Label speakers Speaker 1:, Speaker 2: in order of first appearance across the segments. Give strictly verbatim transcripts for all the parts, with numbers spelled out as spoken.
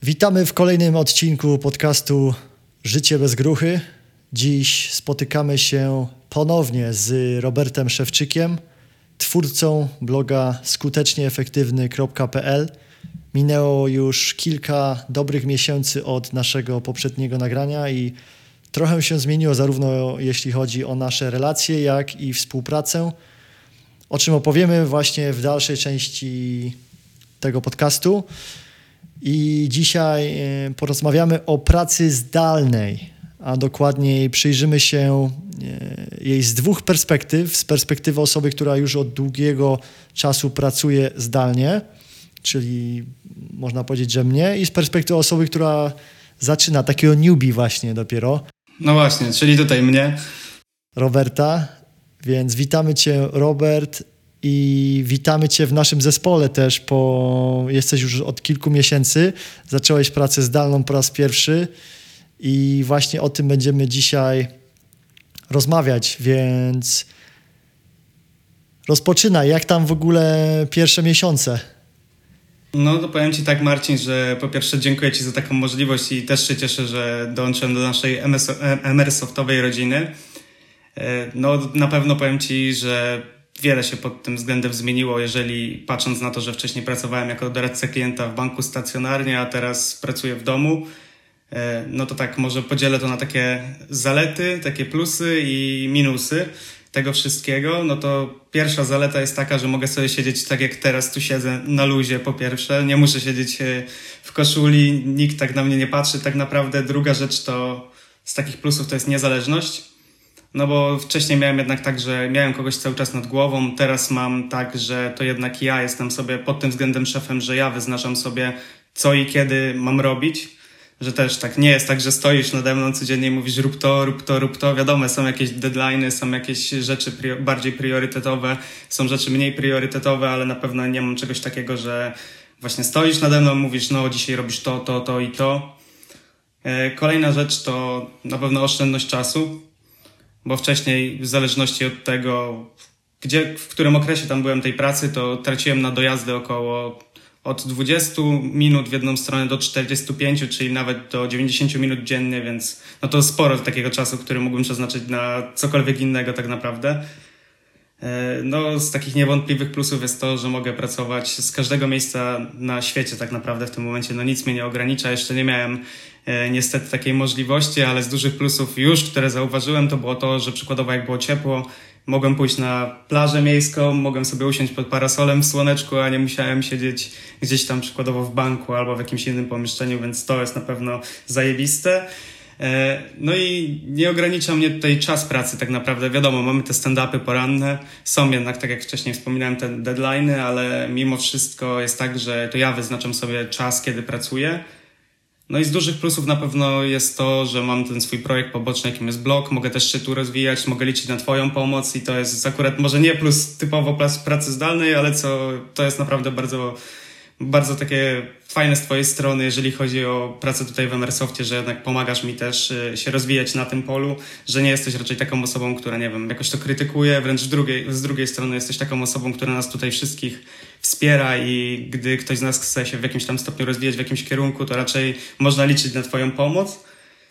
Speaker 1: Witamy w kolejnym odcinku podcastu Życie bez gruchy. Dziś spotykamy się ponownie z Robertem Szewczykiem, twórcą bloga skutecznie efektywny kropka p l. Minęło już kilka dobrych miesięcy od naszego poprzedniego nagrania i trochę się zmieniło zarówno jeśli chodzi o nasze relacje, jak i współpracę, o czym opowiemy właśnie w dalszej części tego podcastu. I dzisiaj porozmawiamy o pracy zdalnej, a dokładniej przyjrzymy się jej z dwóch perspektyw. Z perspektywy osoby, która już od długiego czasu pracuje zdalnie, czyli można powiedzieć, że mnie, i z perspektywy osoby, która zaczyna, takiego newbie właśnie dopiero.
Speaker 2: No właśnie, czyli tutaj mnie.
Speaker 1: Roberta, więc witamy Cię, Robert, i witamy Cię w naszym zespole też, bo jesteś już od kilku miesięcy, zacząłeś pracę zdalną po raz pierwszy i właśnie o tym będziemy dzisiaj rozmawiać, więc rozpoczynaj. Jak tam w ogóle pierwsze miesiące?
Speaker 2: No to powiem Ci tak, Marcin, że po pierwsze dziękuję Ci za taką możliwość i też się cieszę, że dołączyłem do naszej Emersoftowej rodziny. No na pewno powiem Ci, że wiele się pod tym względem zmieniło, jeżeli patrząc na to, że wcześniej pracowałem jako doradca klienta w banku stacjonarnie, a teraz pracuję w domu, no to tak może podzielę to na takie zalety, takie plusy i minusy tego wszystkiego. No to pierwsza zaleta jest taka, że mogę sobie siedzieć tak jak teraz tu siedzę na luzie po pierwsze, nie muszę siedzieć w koszuli, nikt tak na mnie nie patrzy tak naprawdę. Druga rzecz to z takich plusów to jest niezależność. No bo wcześniej miałem jednak tak, że miałem kogoś cały czas nad głową, teraz mam tak, że to jednak ja jestem sobie pod tym względem szefem, że ja wyznaczam sobie co i kiedy mam robić, że też tak nie jest tak, że stoisz nade mną codziennie i mówisz rób to, rób to, rób to. Wiadomo, są jakieś deadline'y, są jakieś rzeczy prior- bardziej priorytetowe, są rzeczy mniej priorytetowe, ale na pewno nie mam czegoś takiego, że właśnie stoisz nade mną, mówisz no dzisiaj robisz to, to, to i to. Kolejna rzecz to na pewno oszczędność czasu. Bo wcześniej w zależności od tego, gdzie, w którym okresie tam byłem tej pracy, to traciłem na dojazdy około od dwudziestu minut w jedną stronę do czterdziestu pięciu, czyli nawet do dziewięćdziesięciu minut dziennie, więc no to sporo takiego czasu, który mógłbym przeznaczyć na cokolwiek innego tak naprawdę. No z takich niewątpliwych plusów jest to, że mogę pracować z każdego miejsca na świecie tak naprawdę w tym momencie. No nic mnie nie ogranicza, jeszcze nie miałem niestety takiej możliwości, ale z dużych plusów już, które zauważyłem, to było to, że przykładowo jak było ciepło, mogłem pójść na plażę miejską, mogłem sobie usiąść pod parasolem w słoneczku, a nie musiałem siedzieć gdzieś tam przykładowo w banku albo w jakimś innym pomieszczeniu, więc to jest na pewno zajebiste. No i nie ogranicza mnie tutaj czas pracy tak naprawdę. Wiadomo, mamy te stand-upy poranne, są jednak, tak jak wcześniej wspominałem, te deadline'y, ale mimo wszystko jest tak, że to ja wyznaczam sobie czas, kiedy pracuję. No i z dużych plusów na pewno jest to, że mam ten swój projekt poboczny, jakim jest blog, mogę też się tu rozwijać, mogę liczyć na Twoją pomoc i to jest akurat może nie plus typowo pracy zdalnej, ale co to jest naprawdę bardzo, bardzo takie fajne z Twojej strony, jeżeli chodzi o pracę tutaj w Emersoftie, że jednak pomagasz mi też się rozwijać na tym polu, że nie jesteś raczej taką osobą, która, nie wiem, jakoś to krytykuje, wręcz z drugiej, z drugiej strony jesteś taką osobą, która nas tutaj wszystkich wspiera i gdy ktoś z nas chce się w jakimś tam stopniu rozwijać w jakimś kierunku, to raczej można liczyć na Twoją pomoc.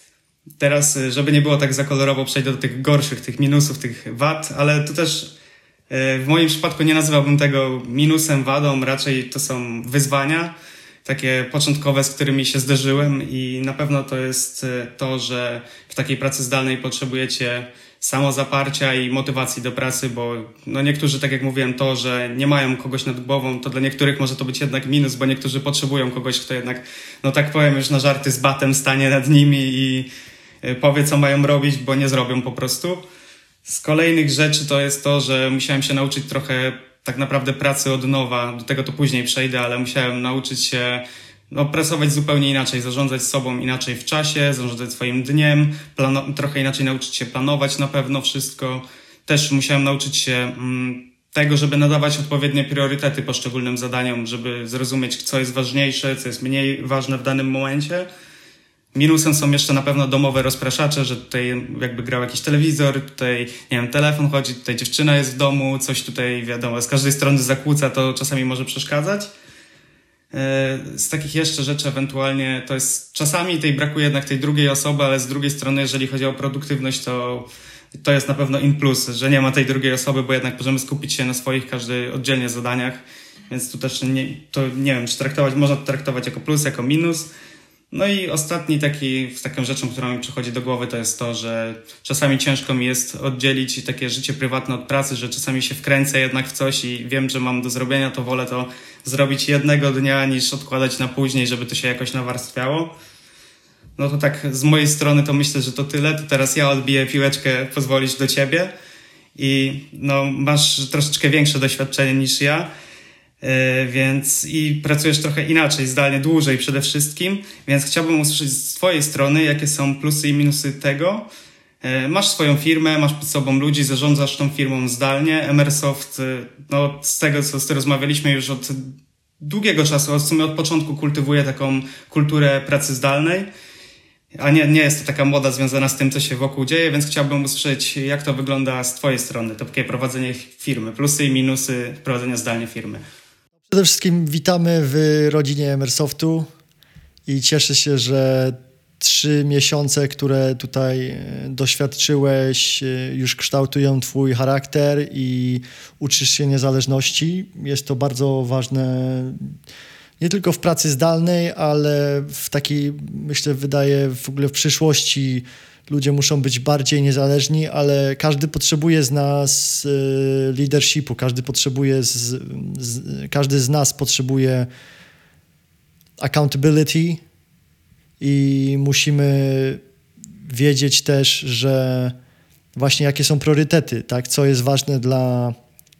Speaker 2: Teraz, żeby nie było tak za kolorowo, przejdę do tych gorszych, tych minusów, tych wad, ale tu też w moim przypadku nie nazywałbym tego minusem, wadą, raczej to są wyzwania takie początkowe, z którymi się zderzyłem i na pewno to jest to, że w takiej pracy zdalnej potrzebujecie samozaparcia i motywacji do pracy, bo no niektórzy, tak jak mówiłem, to, że nie mają kogoś nad głową, to dla niektórych może to być jednak minus, bo niektórzy potrzebują kogoś, kto jednak, no tak powiem już na żarty, z batem stanie nad nimi i powie, co mają robić, bo nie zrobią po prostu. Z kolejnych rzeczy to jest to, że musiałem się nauczyć trochę tak naprawdę pracy od nowa, do tego to później przejdę, ale musiałem nauczyć się no, pracować zupełnie inaczej, zarządzać sobą inaczej w czasie, zarządzać swoim dniem, plano- trochę inaczej nauczyć się planować na pewno wszystko. Też musiałem nauczyć się mm, tego, żeby nadawać odpowiednie priorytety poszczególnym zadaniom, żeby zrozumieć, co jest ważniejsze, co jest mniej ważne w danym momencie. Minusem są jeszcze na pewno domowe rozpraszacze, że tutaj jakby grał jakiś telewizor, tutaj, nie wiem, telefon chodzi, tutaj dziewczyna jest w domu, coś tutaj, wiadomo, z każdej strony zakłóca, to czasami może przeszkadzać. Z takich jeszcze rzeczy ewentualnie to jest, czasami tej brakuje jednak tej drugiej osoby, ale z drugiej strony, jeżeli chodzi o produktywność, to to jest na pewno in plus, że nie ma tej drugiej osoby, bo jednak możemy skupić się na swoich, każdy oddzielnie zadaniach, więc tu też nie, to nie wiem, czy traktować, można to traktować jako plus, jako minus. No i ostatni taki, taką rzeczą, która mi przychodzi do głowy, to jest to, że czasami ciężko mi jest oddzielić takie życie prywatne od pracy, że czasami się wkręcę jednak w coś i wiem, że mam do zrobienia, to wolę to zrobić jednego dnia niż odkładać na później, żeby to się jakoś nawarstwiało. No to tak z mojej strony to myślę, że to tyle. To teraz ja odbiję piłeczkę, pozwolić do ciebie i no masz troszeczkę większe doświadczenie niż ja. Więc i pracujesz trochę inaczej, zdalnie, dłużej przede wszystkim, więc chciałbym usłyszeć z twojej strony, jakie są plusy i minusy tego. Masz swoją firmę, masz pod sobą ludzi, zarządzasz tą firmą zdalnie. Emersoft, no z tego, co z tym rozmawialiśmy już od długiego czasu, w sumie od początku kultywuje taką kulturę pracy zdalnej, a nie, nie jest to taka moda związana z tym, co się wokół dzieje, więc chciałbym usłyszeć, jak to wygląda z twojej strony, to takie prowadzenie firmy, plusy i minusy prowadzenia zdalnie firmy.
Speaker 1: Przede wszystkim witamy w rodzinie Emersoftu i cieszę się, że trzy miesiące, które tutaj doświadczyłeś, już kształtują twój charakter i uczysz się niezależności. Jest to bardzo ważne nie tylko w pracy zdalnej, ale w takiej, myślę, wydaje w ogóle w przyszłości ludzie muszą być bardziej niezależni, ale każdy potrzebuje z nas y, leadershipu, każdy potrzebuje, z, z, każdy z nas potrzebuje accountability i musimy wiedzieć też, że właśnie jakie są priorytety, tak? Co jest ważne dla,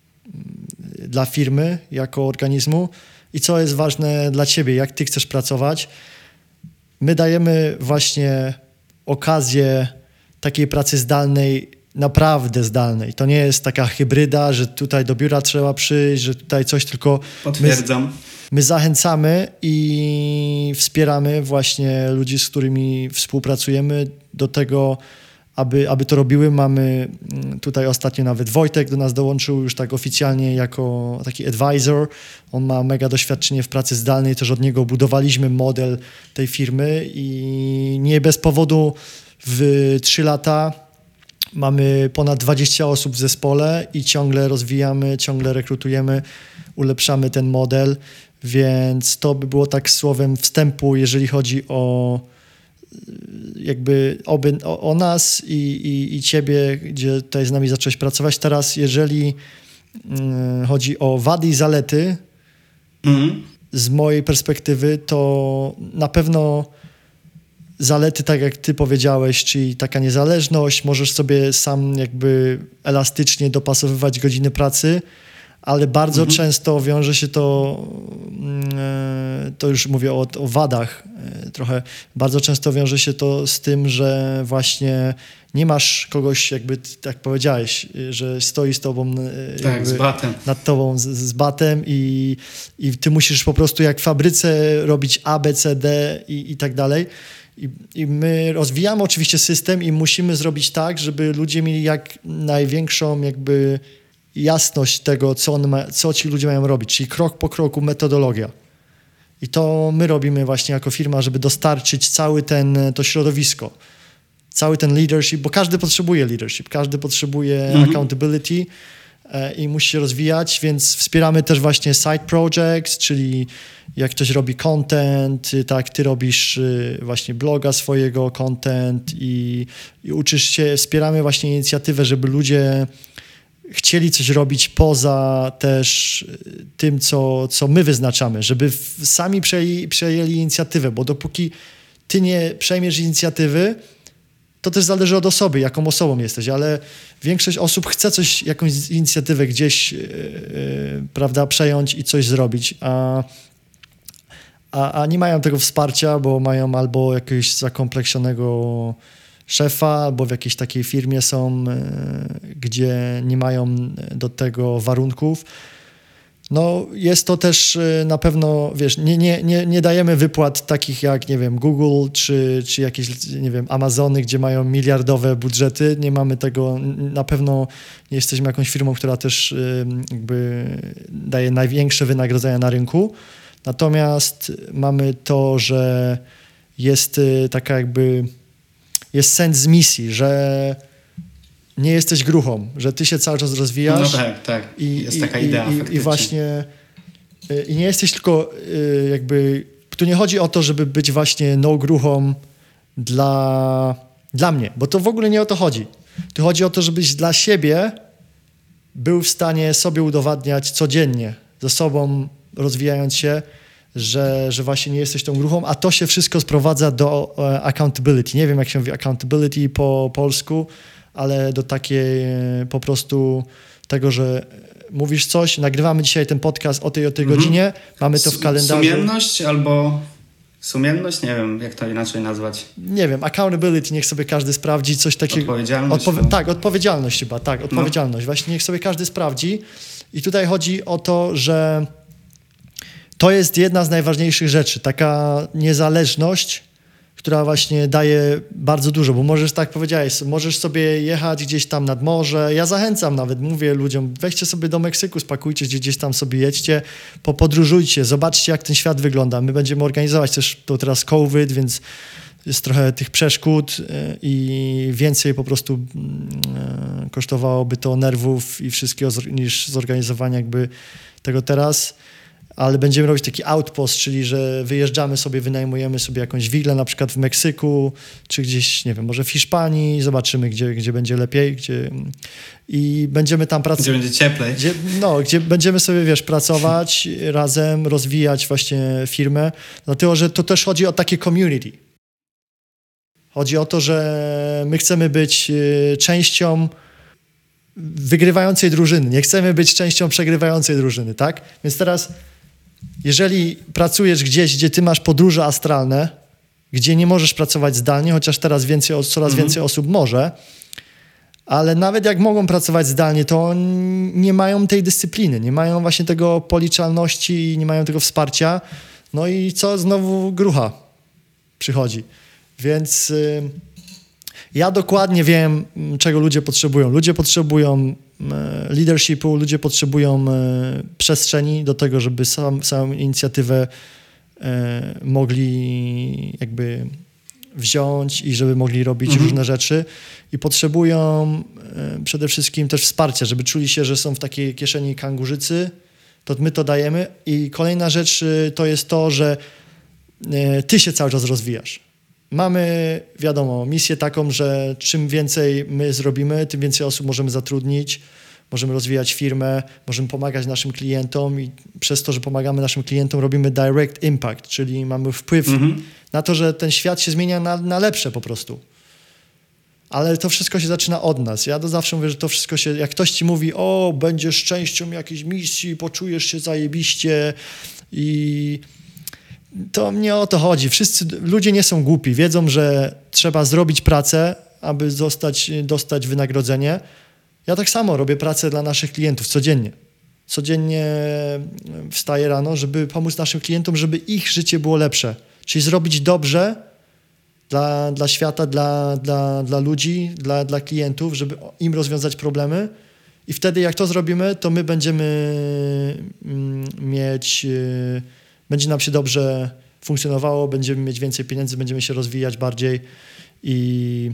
Speaker 1: dla firmy jako organizmu i co jest ważne dla ciebie, jak ty chcesz pracować. My dajemy właśnie okazję takiej pracy zdalnej, naprawdę zdalnej. To nie jest taka hybryda, że tutaj do biura trzeba przyjść, że tutaj coś tylko...
Speaker 2: Potwierdzam.
Speaker 1: My, my zachęcamy i wspieramy właśnie ludzi, z którymi współpracujemy do tego, aby, aby to robiły. Mamy tutaj ostatnio nawet Wojtek do nas dołączył już tak oficjalnie jako taki advisor. On ma mega doświadczenie w pracy zdalnej, też od niego budowaliśmy model tej firmy i nie bez powodu w trzy lata mamy ponad dwadzieścia osób w zespole i ciągle rozwijamy, ciągle rekrutujemy, ulepszamy ten model, więc to by było tak słowem wstępu, jeżeli chodzi o jakby oby, o, o nas i, i, i ciebie, gdzie tutaj z nami zacząłeś pracować. Teraz jeżeli y, chodzi o wady i zalety, mm. z mojej perspektywy, to na pewno zalety, tak jak ty powiedziałeś, czyli taka niezależność, możesz sobie sam jakby elastycznie dopasowywać godziny pracy, ale bardzo mhm. często wiąże się to, to już mówię o, o wadach trochę, bardzo często wiąże się to z tym, że właśnie nie masz kogoś, jakby tak powiedziałeś, że stoi z tobą
Speaker 2: tak, z batem.
Speaker 1: nad tobą z, z batem i, i ty musisz po prostu jak w fabryce robić A, B, C, D i, i tak dalej. I, I my rozwijamy oczywiście system i musimy zrobić tak, żeby ludzie mieli jak największą jakby jasność tego, co, on ma, co ci ludzie mają robić, czyli krok po kroku metodologia. I to my robimy właśnie jako firma, żeby dostarczyć cały ten, to środowisko, cały ten leadership, bo każdy potrzebuje leadership, każdy potrzebuje mhm. accountability e, i musi się rozwijać, więc wspieramy też właśnie side projects, czyli jak ktoś robi content, tak, ty robisz y, właśnie bloga swojego, content i, i uczysz się, wspieramy właśnie inicjatywę, żeby ludzie chcieli coś robić poza też tym, co, co my wyznaczamy, żeby w, sami przejęli, przejęli inicjatywę, bo dopóki ty nie przejmiesz inicjatywy, to też zależy od osoby, jaką osobą jesteś, ale większość osób chce coś, jakąś inicjatywę gdzieś yy, yy, prawda, przejąć i coś zrobić, a, a, a nie mają tego wsparcia, bo mają albo jakiegoś zakompleksionego szefa, albo w jakiejś takiej firmie są, gdzie nie mają do tego warunków. No jest to też na pewno, wiesz, nie, nie, nie, nie dajemy wypłat takich jak, nie wiem, Google czy, czy jakieś, nie wiem, Amazony, gdzie mają miliardowe budżety. Nie mamy tego, na pewno nie jesteśmy jakąś firmą, która też jakby daje największe wynagrodzenia na rynku. Natomiast mamy to, że jest taka jakby, jest sens z misji, że nie jesteś gruchą, że ty się cały czas rozwijasz.
Speaker 2: No tak, tak.
Speaker 1: I,
Speaker 2: jest
Speaker 1: i,
Speaker 2: taka idea
Speaker 1: i, i właśnie i nie jesteś tylko jakby, tu nie chodzi o to, żeby być właśnie no gruchą dla, dla mnie, bo to w ogóle nie o to chodzi. Tu chodzi o to, żebyś dla siebie był w stanie sobie udowadniać codziennie, ze sobą rozwijając się, że, że właśnie nie jesteś tą gruchą, a to się wszystko sprowadza do e, accountability. Nie wiem, jak się mówi accountability po polsku, ale do takiej e, po prostu tego, że mówisz coś, nagrywamy dzisiaj ten podcast o tej o tej mm-hmm. godzinie, mamy to w kalendarzu.
Speaker 2: Sumienność albo sumienność? Nie wiem, jak to inaczej nazwać.
Speaker 1: Nie wiem, accountability, niech sobie każdy sprawdzi coś takiego.
Speaker 2: Odpowiedzialność.
Speaker 1: Odpowi- no. Tak, odpowiedzialność chyba, tak, odpowiedzialność. No. Właśnie niech sobie każdy sprawdzi. I tutaj chodzi o to, że to jest jedna z najważniejszych rzeczy, taka niezależność, która właśnie daje bardzo dużo, bo możesz, tak powiedziałeś, możesz sobie jechać gdzieś tam nad morze. Ja zachęcam nawet, mówię ludziom, weźcie sobie do Meksyku, spakujcie gdzieś, gdzieś tam sobie jedźcie, podróżujcie, zobaczcie, jak ten świat wygląda. My będziemy organizować też, to teraz COVID, więc jest trochę tych przeszkód i więcej po prostu kosztowałoby to nerwów i wszystkiego niż zorganizowanie jakby tego teraz. Ale będziemy robić taki outpost, czyli że wyjeżdżamy sobie, wynajmujemy sobie jakąś willę, na przykład w Meksyku, czy gdzieś, nie wiem, może w Hiszpanii, zobaczymy, gdzie, gdzie będzie lepiej, gdzie i będziemy tam pracować.
Speaker 2: Gdzie będzie cieplej.
Speaker 1: Gdzie, no, gdzie będziemy sobie, wiesz, pracować razem, rozwijać właśnie firmę, dlatego, że to też chodzi o takie community. Chodzi o to, że my chcemy być częścią wygrywającej drużyny, nie chcemy być częścią przegrywającej drużyny, tak? Więc teraz jeżeli pracujesz gdzieś, gdzie ty masz podróże astralne, gdzie nie możesz pracować zdalnie, chociaż teraz więcej, coraz mhm. więcej osób może, ale nawet jak mogą pracować zdalnie, to nie mają tej dyscypliny, nie mają właśnie tego policzalności i nie mają tego wsparcia. No i co? Znowu grucha przychodzi. Więc y, ja dokładnie wiem, czego ludzie potrzebują. Ludzie potrzebują leadershipu, ludzie potrzebują przestrzeni do tego, żeby sam, samą inicjatywę mogli jakby wziąć i żeby mogli robić mhm. różne rzeczy i potrzebują przede wszystkim też wsparcia, żeby czuli się, że są w takiej kieszeni kangurzycy, to my to dajemy i kolejna rzecz to jest to, że ty się cały czas rozwijasz. Mamy, wiadomo, misję taką, że czym więcej my zrobimy, tym więcej osób możemy zatrudnić, możemy rozwijać firmę, możemy pomagać naszym klientom i przez to, że pomagamy naszym klientom, robimy direct impact, czyli mamy wpływ mhm. na to, że ten świat się zmienia na, na lepsze po prostu. Ale to wszystko się zaczyna od nas. Ja to zawsze mówię, że to wszystko się, jak ktoś ci mówi, o, będziesz częścią jakiejś misji, poczujesz się zajebiście i... To nie o to chodzi. Wszyscy ludzie nie są głupi. Wiedzą, że trzeba zrobić pracę, aby dostać, dostać wynagrodzenie. Ja tak samo robię pracę dla naszych klientów codziennie. Codziennie wstaję rano, żeby pomóc naszym klientom, żeby ich życie było lepsze. Czyli zrobić dobrze dla, dla świata, dla, dla, dla ludzi, dla, dla klientów, żeby im rozwiązać problemy. I wtedy jak to zrobimy, to my będziemy mieć... Będzie nam się dobrze funkcjonowało, będziemy mieć więcej pieniędzy, będziemy się rozwijać bardziej i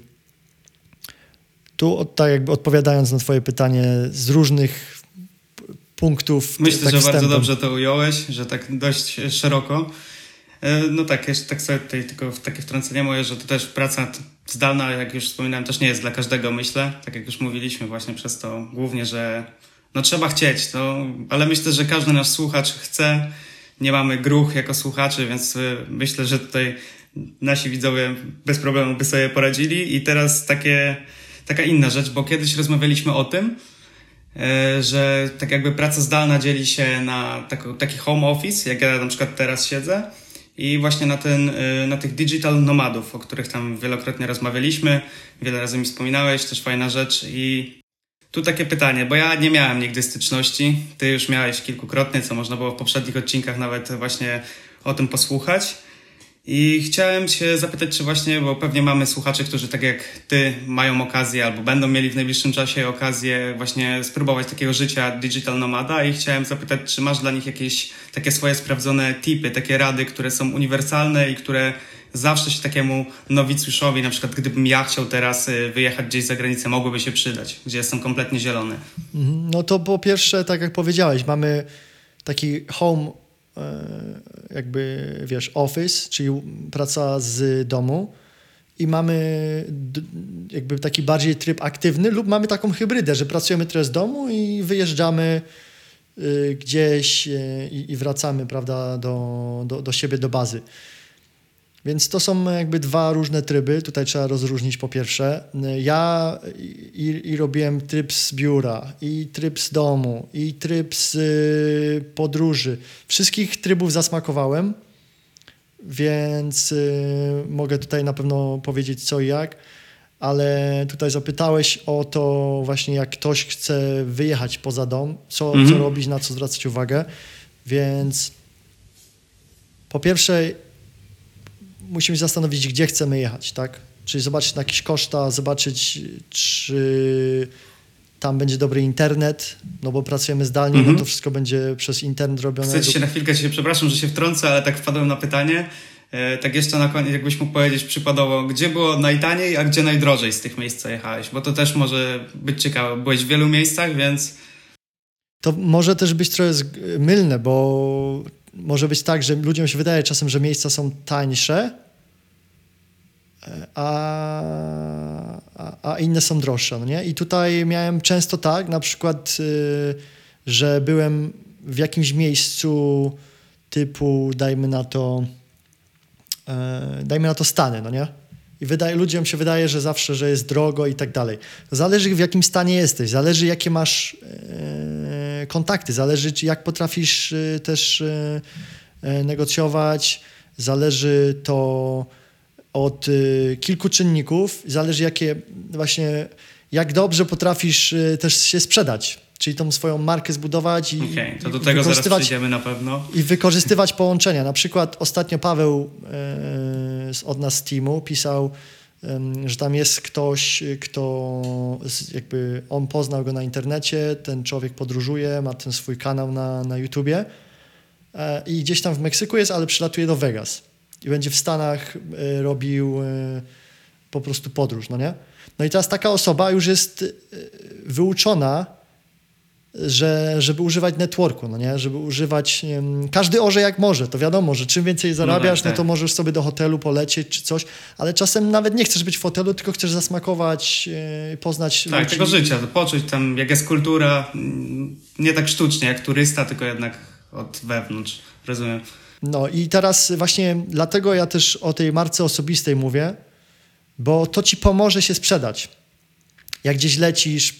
Speaker 1: tu tak jakby odpowiadając na twoje pytanie z różnych punktów.
Speaker 2: Myślę,
Speaker 1: tak
Speaker 2: że
Speaker 1: wstępem.
Speaker 2: Bardzo dobrze to ująłeś, że tak dość szeroko. No tak, jeszcze tak sobie tutaj tylko takie wtrącenie moje, że to też praca zdalna, jak już wspominałem, też nie jest dla każdego, myślę. Tak jak już mówiliśmy właśnie przez to głównie, że no trzeba chcieć, to, ale myślę, że każdy nasz słuchacz chce. Nie mamy gruch jako słuchaczy, więc myślę, że tutaj nasi widzowie bez problemu by sobie poradzili. I teraz takie, taka inna rzecz, bo kiedyś rozmawialiśmy o tym, że tak jakby praca zdalna dzieli się na taki home office, jak ja na przykład teraz siedzę, i właśnie na, ten, na tych digital nomadów, o których tam wielokrotnie rozmawialiśmy. Wiele razy mi wspominałeś, też fajna rzecz. I tu takie pytanie, bo ja nie miałem nigdy styczności, ty już miałeś kilkukrotnie, co można było w poprzednich odcinkach nawet właśnie o tym posłuchać. I chciałem się zapytać, czy właśnie, bo pewnie mamy słuchaczy, którzy tak jak ty mają okazję albo będą mieli w najbliższym czasie okazję właśnie spróbować takiego życia digital nomada i chciałem zapytać, czy masz dla nich jakieś takie swoje sprawdzone tipy, takie rady, które są uniwersalne i które zawsze się takiemu nowicjuszowi, na przykład gdybym ja chciał teraz wyjechać gdzieś za granicę, mogłyby się przydać, gdzie jestem kompletnie zielony.
Speaker 1: No to po pierwsze, tak jak powiedziałeś, mamy taki home jakby, wiesz, office, czyli praca z domu i mamy jakby taki bardziej tryb aktywny lub mamy taką hybrydę, że pracujemy trochę z domu i wyjeżdżamy gdzieś i wracamy, prawda, do, do, do siebie, do bazy. Więc to są jakby dwa różne tryby. Tutaj trzeba rozróżnić po pierwsze. Ja i, i robiłem tryb z biura, i tryb z domu, i tryb z y, podróży. Wszystkich trybów zasmakowałem, więc y, mogę tutaj na pewno powiedzieć co i jak, ale tutaj zapytałeś o to właśnie, jak ktoś chce wyjechać poza dom, co, mhm. co robić, na co zwracać uwagę. Więc po pierwsze musimy się zastanowić, gdzie chcemy jechać, tak? Czyli zobaczyć na jakieś koszta, zobaczyć, czy tam będzie dobry internet, no bo pracujemy zdalnie, mm-hmm. no to wszystko będzie przez internet robione.
Speaker 2: Chcę się na chwilkę, się, przepraszam, że się wtrącę, ale tak wpadłem na pytanie. E, tak jeszcze na koniec, jakbyś mógł powiedzieć przykładowo, gdzie było najtaniej, a gdzie najdrożej z tych miejsc, co jechałeś? Bo to też może być ciekawe. Byłeś w wielu miejscach, więc...
Speaker 1: To może też być trochę mylne, bo może być tak, że ludziom się wydaje czasem, że miejsca są tańsze, a, a, a inne są droższe, no nie? I tutaj miałem często tak, na przykład, y, że byłem w jakimś miejscu typu, dajmy na to, y, dajmy na to Stany, no nie? I wydaje, ludziom się wydaje, że zawsze, że jest drogo i tak dalej. To zależy, w jakim stanie jesteś, zależy, jakie masz y, kontakty, zależy, jak potrafisz y, też y, y, negocjować, zależy to od y, kilku czynników, zależy jakie właśnie, jak dobrze potrafisz y, też się sprzedać, czyli tą swoją markę zbudować i,
Speaker 2: okay, to do tego
Speaker 1: i
Speaker 2: zaraz przyjdziemy na pewno.
Speaker 1: I wykorzystywać połączenia. Na przykład ostatnio Paweł y, od nas z teamu pisał, y, że tam jest ktoś, kto jakby on poznał go na internecie, ten człowiek podróżuje, ma ten swój kanał na, na YouTubie y, i gdzieś tam w Meksyku jest, ale przylatuje do Vegas. I będzie w Stanach y, robił y, po prostu podróż, no nie? No i teraz taka osoba już jest y, wyuczona, że, żeby używać networku, no nie? Żeby używać... Y, każdy orze jak może, to wiadomo, że czym więcej zarabiasz, no, tak, no to tak. możesz sobie do hotelu polecieć czy coś, ale czasem nawet nie chcesz być w hotelu, tylko chcesz zasmakować, y, poznać
Speaker 2: tak,
Speaker 1: ludzi.
Speaker 2: tego życia, to poczuć tam, jak jest kultura, nie tak sztucznie jak turysta, tylko jednak od wewnątrz, rozumiem.
Speaker 1: No i teraz właśnie dlatego ja też o tej marce osobistej mówię, bo to ci pomoże się sprzedać. Jak gdzieś lecisz,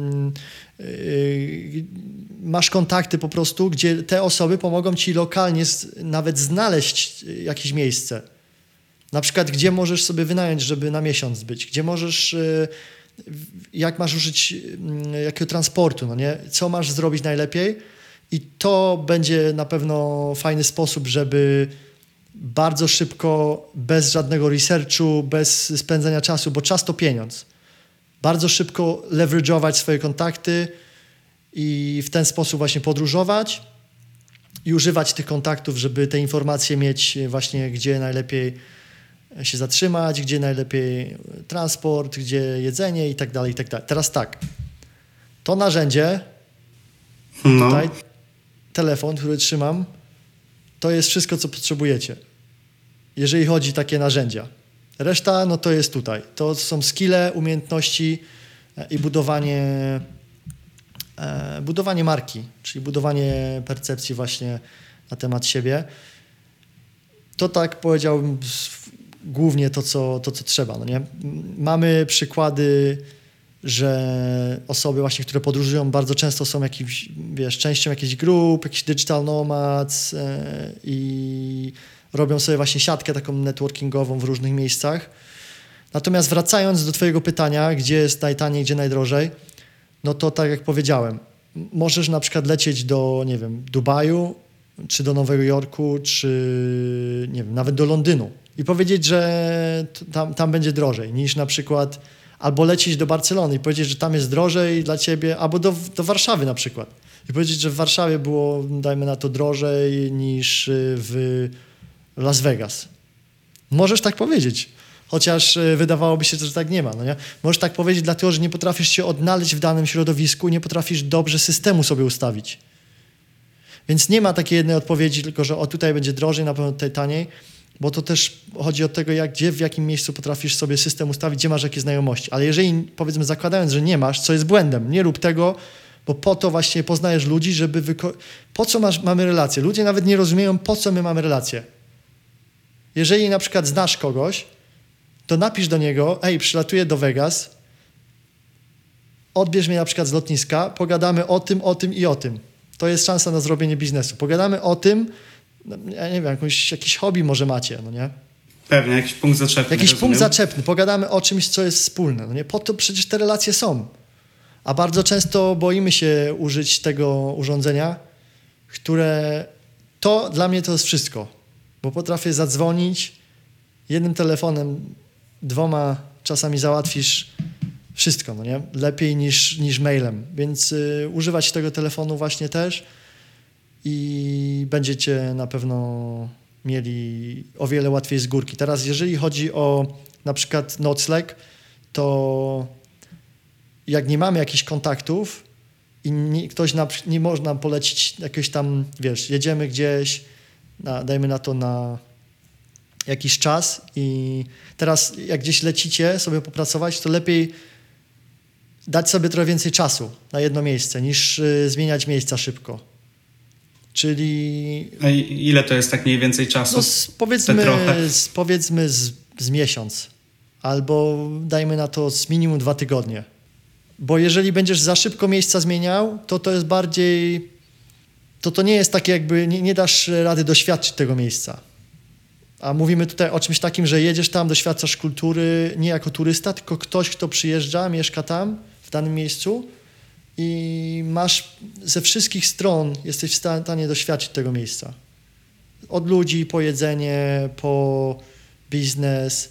Speaker 1: yy, masz kontakty po prostu, gdzie te osoby pomogą ci lokalnie z, nawet znaleźć jakieś miejsce. Na przykład, gdzie możesz sobie wynająć, żeby na miesiąc być, gdzie możesz, yy, jak masz użyć yy, jakiego transportu, no nie? Co masz zrobić najlepiej. I to będzie na pewno fajny sposób, żeby bardzo szybko, bez żadnego researchu, bez spędzania czasu, bo czas to pieniądz, bardzo szybko leverage'ować swoje kontakty i w ten sposób właśnie podróżować i używać tych kontaktów, żeby te informacje mieć właśnie, gdzie najlepiej się zatrzymać, gdzie najlepiej transport, gdzie jedzenie i tak dalej, i tak dalej. Teraz tak, to narzędzie no. tutaj telefon, który trzymam, to jest wszystko, co potrzebujecie, jeżeli chodzi o takie narzędzia. Reszta, no to jest tutaj. To są skille, umiejętności i budowanie, e, budowanie marki, czyli budowanie percepcji właśnie na temat siebie. To tak powiedziałbym głównie to, co, to, co trzeba. No nie? Mamy przykłady, że osoby właśnie, które podróżują, bardzo często są jakimś, wiesz, częścią jakichś grup, jakichś digital nomads yy, i robią sobie właśnie siatkę taką networkingową w różnych miejscach. Natomiast wracając do twojego pytania, gdzie jest najtaniej, gdzie najdrożej, no to tak jak powiedziałem, możesz na przykład lecieć do, nie wiem, Dubaju czy do Nowego Jorku, czy nie wiem, nawet do Londynu i powiedzieć, że tam, tam będzie drożej niż na przykład, albo lecieć do Barcelony i powiedzieć, że tam jest drożej dla ciebie, albo do, do Warszawy na przykład i powiedzieć, że w Warszawie było, dajmy na to, drożej niż w Las Vegas. Możesz tak powiedzieć, chociaż wydawałoby się, że tak nie ma. No nie? Możesz tak powiedzieć dlatego, że nie potrafisz się odnaleźć w danym środowisku, nie potrafisz dobrze systemu sobie ustawić. Więc nie ma takiej jednej odpowiedzi, tylko że o tutaj będzie drożej, na pewno tutaj taniej, bo to też chodzi od tego, jak, gdzie, w jakim miejscu potrafisz sobie system ustawić, gdzie masz jakie znajomości. Ale jeżeli, powiedzmy, zakładając, że nie masz, co jest błędem, nie rób tego, bo po to właśnie poznajesz ludzi, żeby... Wyko- po co masz, mamy relacje? Ludzie nawet nie rozumieją, po co my mamy relacje. Jeżeli na przykład znasz kogoś, to napisz do niego, ej, przylatuję do Vegas, odbierz mnie na przykład z lotniska, pogadamy o tym, o tym i o tym. To jest szansa na zrobienie biznesu. Pogadamy o tym, no, ja nie wiem, jakąś, jakiś hobby może macie, no nie?
Speaker 2: Pewnie, jakiś punkt zaczepny.
Speaker 1: Jakiś
Speaker 2: rozumiem.
Speaker 1: punkt zaczepny. Pogadamy o czymś, co jest wspólne, no nie? Po to przecież te relacje są. A bardzo często boimy się użyć tego urządzenia, które to dla mnie to jest wszystko. Bo potrafię zadzwonić jednym telefonem, dwoma czasami załatwisz wszystko, no nie? Lepiej niż, niż mailem. Więc y, używać tego telefonu właśnie też i będziecie na pewno mieli o wiele łatwiej z górki. Teraz jeżeli chodzi o na przykład nocleg, to jak nie mamy jakichś kontaktów i nie, ktoś na, nie można polecić jakiegoś tam, wiesz, jedziemy gdzieś, na, dajmy na to na jakiś czas i teraz jak gdzieś lecicie sobie popracować, to lepiej dać sobie trochę więcej czasu na jedno miejsce, niż y, zmieniać miejsca szybko. Czyli...
Speaker 2: A ile to jest tak mniej więcej czasu?
Speaker 1: No, z, powiedzmy, z, powiedzmy z, z miesiąc. Albo dajmy na to z minimum dwa tygodnie. Bo jeżeli będziesz za szybko miejsca zmieniał, to to jest bardziej... To to nie jest takie jakby... Nie, nie dasz rady doświadczyć tego miejsca. A mówimy tutaj o czymś takim, że jedziesz tam, doświadczasz kultury nie jako turysta, tylko ktoś, kto przyjeżdża, mieszka tam, w danym miejscu i masz ze wszystkich stron, jesteś w stanie doświadczyć tego miejsca. Od ludzi, po jedzenie, po biznes,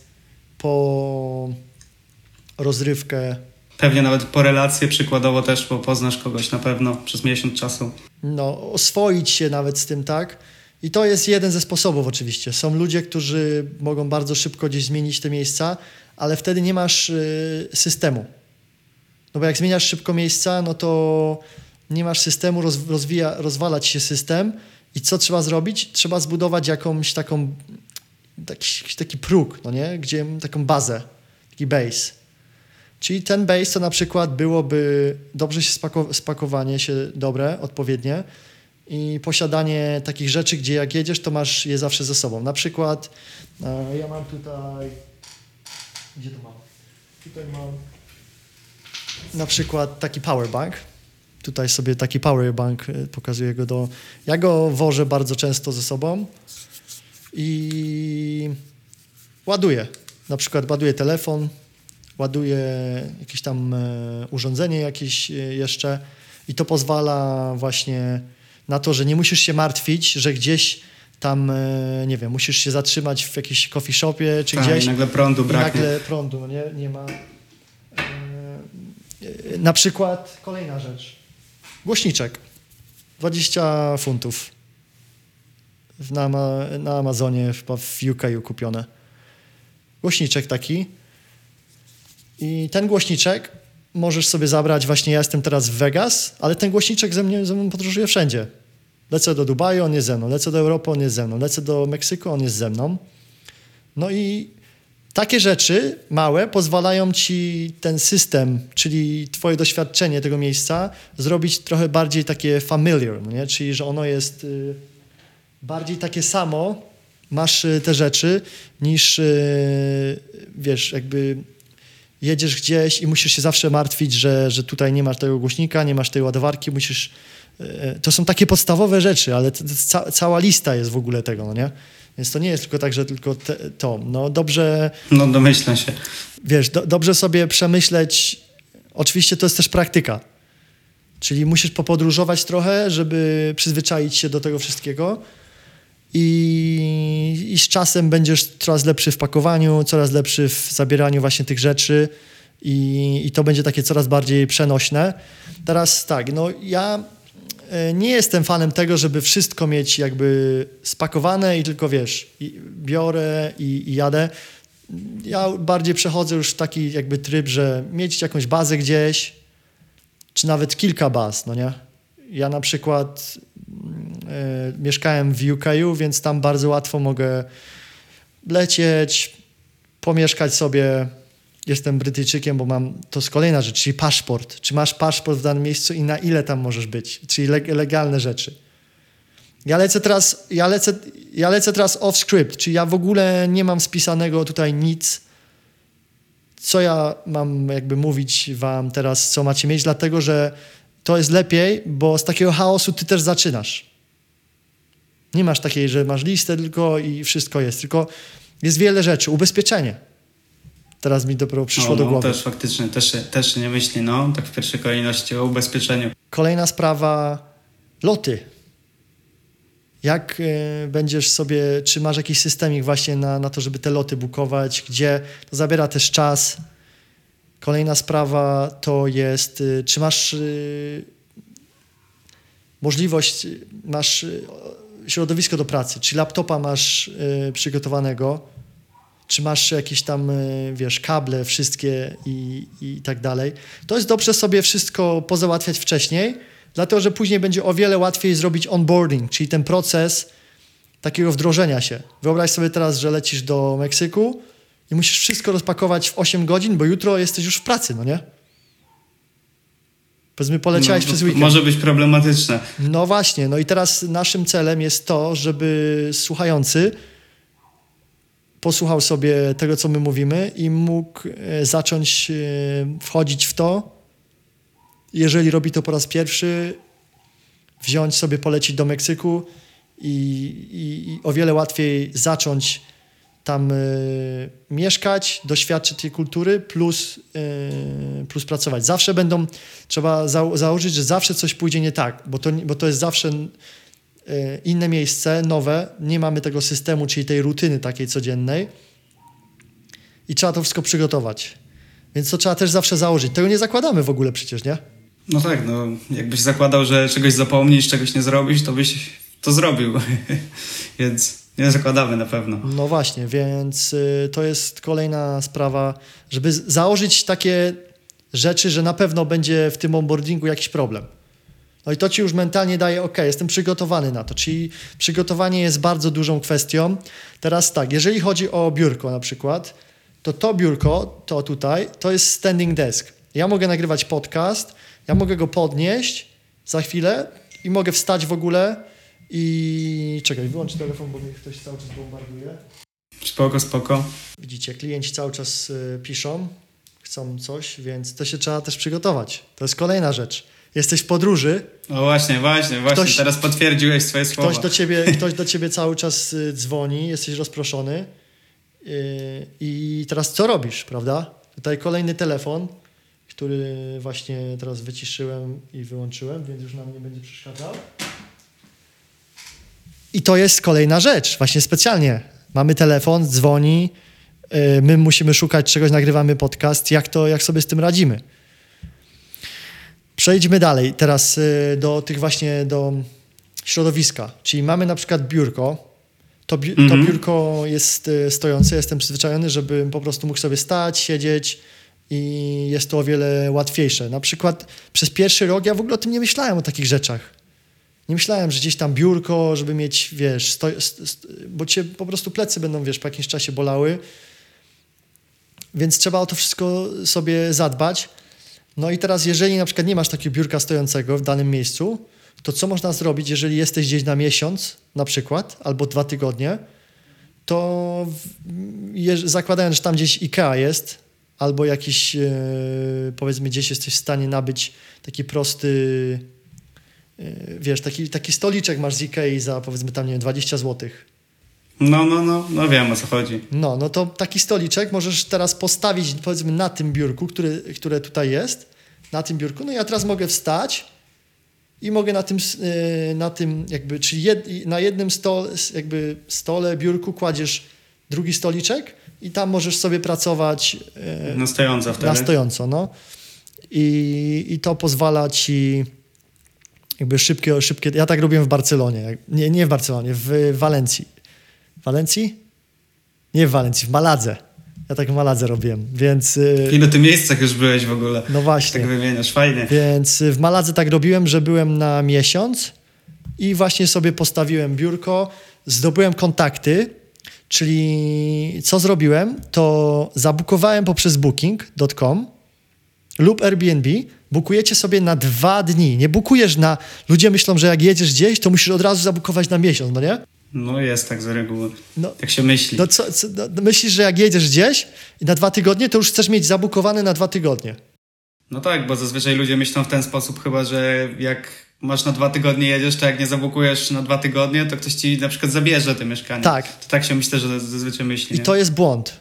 Speaker 1: po rozrywkę.
Speaker 2: Pewnie nawet po relacje przykładowo też, bo poznasz kogoś na pewno przez miesiąc czasu.
Speaker 1: No, oswoić się nawet z tym, tak? I to jest jeden ze sposobów oczywiście. Są ludzie, którzy mogą bardzo szybko gdzieś zmienić te miejsca, ale wtedy nie masz y, systemu. No bo jak zmieniasz szybko miejsca, no to nie masz systemu, roz, rozwija, rozwala ci się system i co trzeba zrobić? Trzeba zbudować jakąś taką, taki, taki próg, no nie? Gdzie taką bazę, taki base. Czyli ten base to na przykład byłoby dobrze się spako, spakowanie się dobre, odpowiednie, i posiadanie takich rzeczy, gdzie jak jedziesz, to masz je zawsze ze sobą. Na przykład e, ja mam tutaj... Gdzie to mam? Tutaj mam na przykład taki powerbank. Tutaj sobie taki powerbank, pokazuję go do... Ja go wożę bardzo często ze sobą i ładuję. Na przykład ładuję telefon, ładuję jakieś tam e, urządzenie jakieś jeszcze i to pozwala właśnie na to, że nie musisz się martwić, że gdzieś tam, nie wiem, musisz się zatrzymać w jakimś coffee shopie, czy
Speaker 2: tak,
Speaker 1: gdzieś.
Speaker 2: I nagle prądu braknie.
Speaker 1: Nagle prądu, no nie, nie ma. Na przykład kolejna rzecz. Głośniczek. dwadzieścia funtów. Na, na Amazonie, chyba w U K kupione. Głośniczek taki. I ten głośniczek możesz sobie zabrać, właśnie ja jestem teraz w Vegas, ale ten głośniczek ze mnie, ze mną podróżuje wszędzie. Lecę do Dubaju, on jest ze mną. Lecę do Europy, on jest ze mną. Lecę do Meksyku, on jest ze mną. No i takie rzeczy małe pozwalają ci ten system, czyli twoje doświadczenie tego miejsca, zrobić trochę bardziej takie familiar, no nie? Czyli że ono jest y, bardziej takie samo, masz y, te rzeczy, niż y, wiesz, jakby jedziesz gdzieś i musisz się zawsze martwić, że, że tutaj nie masz tego głośnika, nie masz tej ładowarki, musisz... To są takie podstawowe rzeczy, ale to, to ca, cała lista jest w ogóle tego, no nie? Więc to nie jest tylko tak, że tylko te, to. No dobrze...
Speaker 2: No domyślę się.
Speaker 1: Wiesz, do, dobrze sobie przemyśleć... Oczywiście to jest też praktyka. Czyli musisz popodróżować trochę, żeby przyzwyczaić się do tego wszystkiego i, i z czasem będziesz coraz lepszy w pakowaniu, coraz lepszy w zabieraniu właśnie tych rzeczy i, i to będzie takie coraz bardziej przenośne. Teraz tak, no ja nie jestem fanem tego, żeby wszystko mieć jakby spakowane i tylko wiesz, i biorę i, i jadę. Ja bardziej przechodzę już w taki jakby tryb, że mieć jakąś bazę gdzieś, czy nawet kilka baz, no nie? Ja na przykład y, mieszkałem w U K U, więc tam bardzo łatwo mogę lecieć, pomieszkać sobie. Jestem Brytyjczykiem, bo mam, to jest kolejna rzecz, czyli paszport. Czy masz paszport w danym miejscu i na ile tam możesz być? Czyli leg- legalne rzeczy. Ja lecę teraz, ja lecę, ja lecę teraz off script, czyli ja w ogóle nie mam spisanego tutaj nic, co ja mam jakby mówić wam teraz, co macie mieć, dlatego że to jest lepiej, bo z takiego chaosu ty też zaczynasz. Nie masz takiej, że masz listę tylko i wszystko jest, tylko jest wiele rzeczy. Ubezpieczenie. Teraz mi dopiero przyszło
Speaker 2: no,
Speaker 1: do
Speaker 2: no,
Speaker 1: głowy.
Speaker 2: Też faktycznie, też, też się nie myśli, no, tak w pierwszej kolejności o ubezpieczeniu.
Speaker 1: Kolejna sprawa, loty. Jak y, będziesz sobie, czy masz jakiś systemik właśnie na, na to, żeby te loty bukować, gdzie to zabiera też czas. Kolejna sprawa to jest, y, czy masz y, możliwość, masz y, środowisko do pracy, czy laptopa masz y, przygotowanego, czy masz jakieś tam, y, wiesz, kable wszystkie i, i tak dalej. To jest dobrze sobie wszystko pozałatwiać wcześniej, dlatego że później będzie o wiele łatwiej zrobić onboarding, czyli ten proces takiego wdrożenia się. Wyobraź sobie teraz, że lecisz do Meksyku i musisz wszystko rozpakować w osiem godzin, bo jutro jesteś już w pracy, no nie? Powiedzmy, poleciałeś
Speaker 2: no,
Speaker 1: przez weekend.
Speaker 2: Może być problematyczne.
Speaker 1: No właśnie, no i teraz naszym celem jest to, żeby słuchający posłuchał sobie tego, co my mówimy i mógł e, zacząć e, wchodzić w to. Jeżeli robi to po raz pierwszy, wziąć sobie, polecić do Meksyku i, i, i o wiele łatwiej zacząć tam y, mieszkać, doświadczyć tej kultury, plus, y, plus pracować. Zawsze będą, trzeba za, założyć, że zawsze coś pójdzie nie tak, bo to, bo to jest zawsze y, inne miejsce, nowe, nie mamy tego systemu, czyli tej rutyny takiej codziennej i trzeba to wszystko przygotować. Więc to trzeba też zawsze założyć. Tego nie zakładamy w ogóle przecież, nie?
Speaker 2: No tak, no jakbyś zakładał, że czegoś zapomnisz, czegoś nie zrobisz, to byś to zrobił. Więc nie zakładamy na pewno.
Speaker 1: No właśnie, więc y, to jest kolejna sprawa, żeby z- założyć takie rzeczy, że na pewno będzie w tym onboardingu jakiś problem. No i to ci już mentalnie daje, ok, jestem przygotowany na to, czyli przygotowanie jest bardzo dużą kwestią. Teraz tak, jeżeli chodzi o biurko na przykład, to to biurko, to tutaj, to jest standing desk. Ja mogę nagrywać podcast, ja mogę go podnieść za chwilę i mogę wstać w ogóle i... Czekaj, wyłącz telefon, bo mnie ktoś cały czas bombarduje.
Speaker 2: Spoko, spoko.
Speaker 1: Widzicie, klienci cały czas y, piszą, chcą coś, więc to się trzeba też przygotować. To jest kolejna rzecz. Jesteś w podróży.
Speaker 2: No właśnie, właśnie, właśnie. Ktoś, teraz potwierdziłeś swoje słowa.
Speaker 1: Ktoś do ciebie, ktoś do ciebie cały czas y, dzwoni, jesteś rozproszony y, i teraz co robisz, prawda? Tutaj kolejny telefon, który właśnie teraz wyciszyłem i wyłączyłem, więc już nam nie będzie przeszkadzał. I to jest kolejna rzecz, właśnie specjalnie. Mamy telefon, dzwoni, y, my musimy szukać czegoś, nagrywamy podcast, jak to, jak sobie z tym radzimy. Przejdźmy dalej teraz y, do tych właśnie, do środowiska. Czyli mamy na przykład biurko. To, bi- mm-hmm. to biurko jest y, stojące, jestem przyzwyczajony, żebym po prostu mógł sobie stać, siedzieć i jest to o wiele łatwiejsze. Na przykład przez pierwszy rok ja w ogóle o tym nie myślałem, o takich rzeczach. Nie myślałem, że gdzieś tam biurko, żeby mieć, wiesz, sto, st, st, bo cię po prostu plecy będą, wiesz, po jakimś czasie bolały. Więc trzeba o to wszystko sobie zadbać. No i teraz, jeżeli na przykład nie masz takiego biurka stojącego w danym miejscu, to co można zrobić, jeżeli jesteś gdzieś na miesiąc na przykład, albo dwa tygodnie, to je, zakładając, że tam gdzieś IKEA jest, albo jakiś, e, powiedzmy, gdzieś jesteś w stanie nabyć taki prosty, e, wiesz, taki, taki stoliczek masz z IKEA za, powiedzmy, tam, nie wiem, dwadzieścia złotych.
Speaker 2: No, no, no, no wiem, o co chodzi.
Speaker 1: No, no to taki stoliczek możesz teraz postawić, powiedzmy, na tym biurku, który, które tutaj jest, na tym biurku. No ja teraz mogę wstać i mogę na tym, na tym jakby, czyli jed, na jednym stole, jakby stole, biurku kładziesz drugi stoliczek i tam możesz sobie pracować
Speaker 2: na stojąco wtedy.
Speaker 1: Na stojąco, no. I, i to pozwala ci jakby szybkie, szybkie... Ja tak robiłem w Barcelonie. Nie, nie w Barcelonie, w Walencji. W Walencji? Nie w Walencji, w Maladze. Ja tak w Maladze robiłem, więc...
Speaker 2: W ilu ty miejscach już byłeś w ogóle?
Speaker 1: No właśnie.
Speaker 2: Tak wymieniasz, fajnie.
Speaker 1: Więc w Maladze tak robiłem, że byłem na miesiąc i właśnie sobie postawiłem biurko, zdobyłem kontakty, czyli co zrobiłem, to zabukowałem poprzez booking kropka com lub Airbnb, bukujecie sobie na dwa dni. Nie bukujesz na... Ludzie myślą, że jak jedziesz gdzieś, to musisz od razu zabukować na miesiąc, no nie?
Speaker 2: No jest tak z reguły.
Speaker 1: No,
Speaker 2: tak się myśli.
Speaker 1: No co, co, no, myślisz, że jak jedziesz gdzieś i na dwa tygodnie, to już chcesz mieć zabukowane na dwa tygodnie.
Speaker 2: No tak, bo zazwyczaj ludzie myślą w ten sposób chyba, że jak masz na dwa tygodnie jedziesz, to jak nie zabukujesz na dwa tygodnie, to ktoś ci na przykład zabierze to mieszkanie.
Speaker 1: Tak.
Speaker 2: To tak się myślę, że zazwyczaj myśli.
Speaker 1: I
Speaker 2: nie?
Speaker 1: to jest błąd.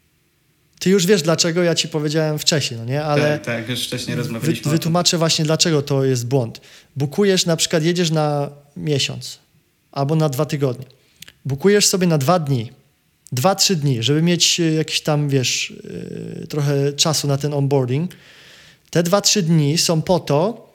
Speaker 1: Ty już wiesz, dlaczego ja ci powiedziałem wcześniej, no nie? Ale
Speaker 2: tak, tak, już wcześniej rozmawialiśmy.
Speaker 1: Wy, wytłumaczę właśnie, dlaczego to jest błąd. Bukujesz, na przykład jedziesz na miesiąc albo na dwa tygodnie. Bukujesz sobie na dwa dni, dwa, trzy dni, żeby mieć jakiś tam, wiesz, yy, trochę czasu na ten onboarding. Te dwa, trzy dni są po to,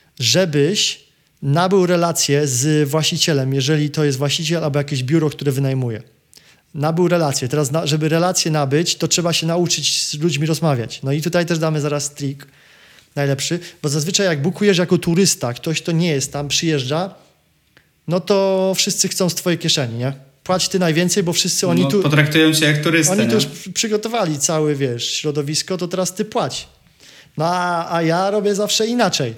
Speaker 1: żebyś nabył relację z właścicielem, jeżeli to jest właściciel albo jakieś biuro, które wynajmuje. Nabył relację. Teraz, na, żeby relację nabyć, to trzeba się nauczyć z ludźmi rozmawiać. No i tutaj też damy zaraz trik najlepszy, bo zazwyczaj jak bukujesz jako turysta, ktoś, kto nie jest tam, przyjeżdża, no to wszyscy chcą z twojej kieszeni, nie? Płać ty najwięcej, bo wszyscy oni
Speaker 2: no,
Speaker 1: tu...
Speaker 2: potraktują cię jak turystę,
Speaker 1: Oni
Speaker 2: nie?
Speaker 1: tu już przygotowali całe, wiesz, środowisko, to teraz ty płać. No a, a ja robię zawsze inaczej.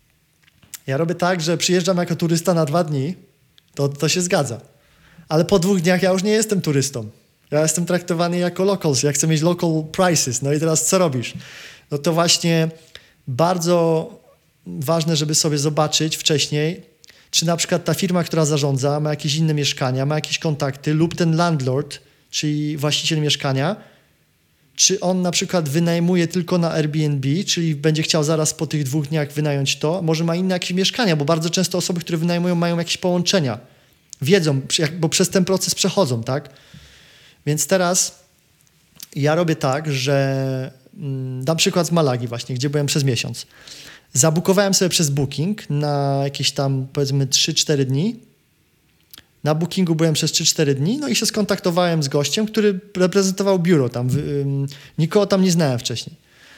Speaker 1: Ja robię tak, że przyjeżdżam jako turysta na dwa dni, to, to się zgadza. Ale po dwóch dniach ja już nie jestem turystą. Ja jestem traktowany jako locals, ja chcę mieć local prices. No i teraz co robisz? No to właśnie bardzo ważne, żeby sobie zobaczyć wcześniej, czy na przykład ta firma, która zarządza, ma jakieś inne mieszkania, ma jakieś kontakty lub ten landlord, czyli właściciel mieszkania, czy on na przykład wynajmuje tylko na Airbnb, czyli będzie chciał zaraz po tych dwóch dniach wynająć to, może ma inne jakieś mieszkania, bo bardzo często osoby, które wynajmują, mają jakieś połączenia. Wiedzą, bo przez ten proces przechodzą, tak? Więc teraz ja robię tak, że dam przykład z Malagi właśnie, gdzie byłem przez miesiąc. Zabukowałem sobie przez Booking na jakieś tam powiedzmy trzy cztery dni. Na Bookingu byłem przez trzy cztery dni, no i się skontaktowałem z gościem, który reprezentował biuro tam. Nikogo tam nie znałem wcześniej.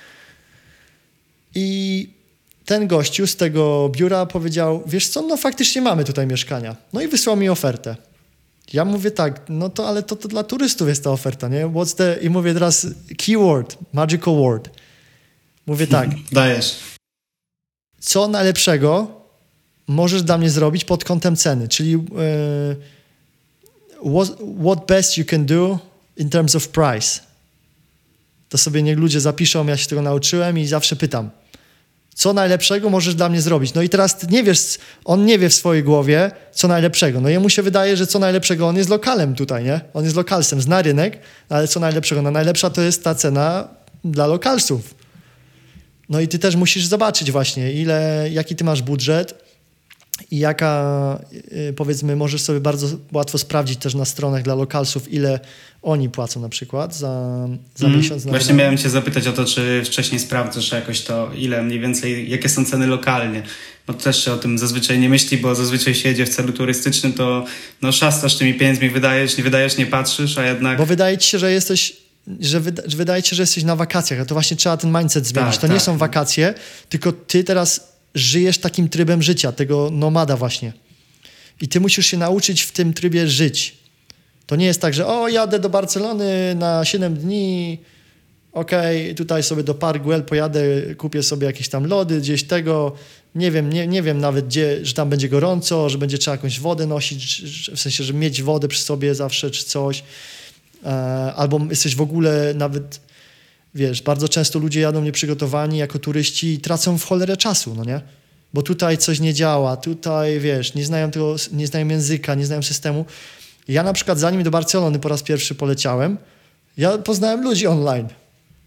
Speaker 1: I ten gościu z tego biura powiedział, wiesz co, no faktycznie mamy tutaj mieszkania. No i wysłał mi ofertę. Ja mówię tak, no to ale to, to dla turystów jest ta oferta, nie? What's the... I mówię teraz keyword, magical word. Mówię tak.
Speaker 2: Dajesz.
Speaker 1: Co najlepszego możesz dla mnie zrobić pod kątem ceny, czyli yy, what, what best you can do in terms of price. To sobie niech ludzie zapiszą, ja się tego nauczyłem i zawsze pytam. Co najlepszego możesz dla mnie zrobić? No i teraz ty nie wiesz, on nie wie w swojej głowie, co najlepszego. No jemu się wydaje, że co najlepszego, on jest lokalem tutaj, nie? On jest lokalsem, zna rynek, ale co najlepszego? No najlepsza to jest ta cena dla lokalsów. No i ty też musisz zobaczyć właśnie, ile, jaki ty masz budżet i jaka, powiedzmy, możesz sobie bardzo łatwo sprawdzić też na stronach dla lokalsów, ile oni płacą na przykład za, za mm, miesiąc. Na
Speaker 2: właśnie wydaje. Miałem cię zapytać o to, czy wcześniej sprawdzasz jakoś to, ile mniej więcej, jakie są ceny lokalnie. Bo też się o tym zazwyczaj nie myśli, bo zazwyczaj się jedzie w celu turystycznym, to no szastasz tymi pieniędzmi, wydajesz, nie wydajesz, nie patrzysz, a jednak...
Speaker 1: Bo wydaje ci się, że jesteś... Że, wyda- że wydaje ci się, że jesteś na wakacjach, a to właśnie trzeba ten mindset zmienić.
Speaker 2: Tak,
Speaker 1: to
Speaker 2: tak.
Speaker 1: nie są wakacje, tylko ty teraz żyjesz takim trybem życia, tego nomada właśnie. I ty musisz się nauczyć w tym trybie żyć. To nie jest tak, że o, jadę do Barcelony na siedem dni, okej, okay, tutaj sobie do Park Güell pojadę, kupię sobie jakieś tam lody, gdzieś tego, nie wiem, nie, nie wiem nawet gdzie, że tam będzie gorąco, że będzie trzeba jakąś wodę nosić, w sensie, że mieć wodę przy sobie zawsze czy coś. Albo jesteś w ogóle nawet, wiesz, bardzo często ludzie jadą nieprzygotowani jako turyści i tracą w cholerę czasu, no nie? Bo tutaj coś nie działa, tutaj, wiesz, nie znają tego, nie znają języka, nie znają systemu. Ja na przykład zanim do Barcelony po raz pierwszy poleciałem, ja poznałem ludzi online.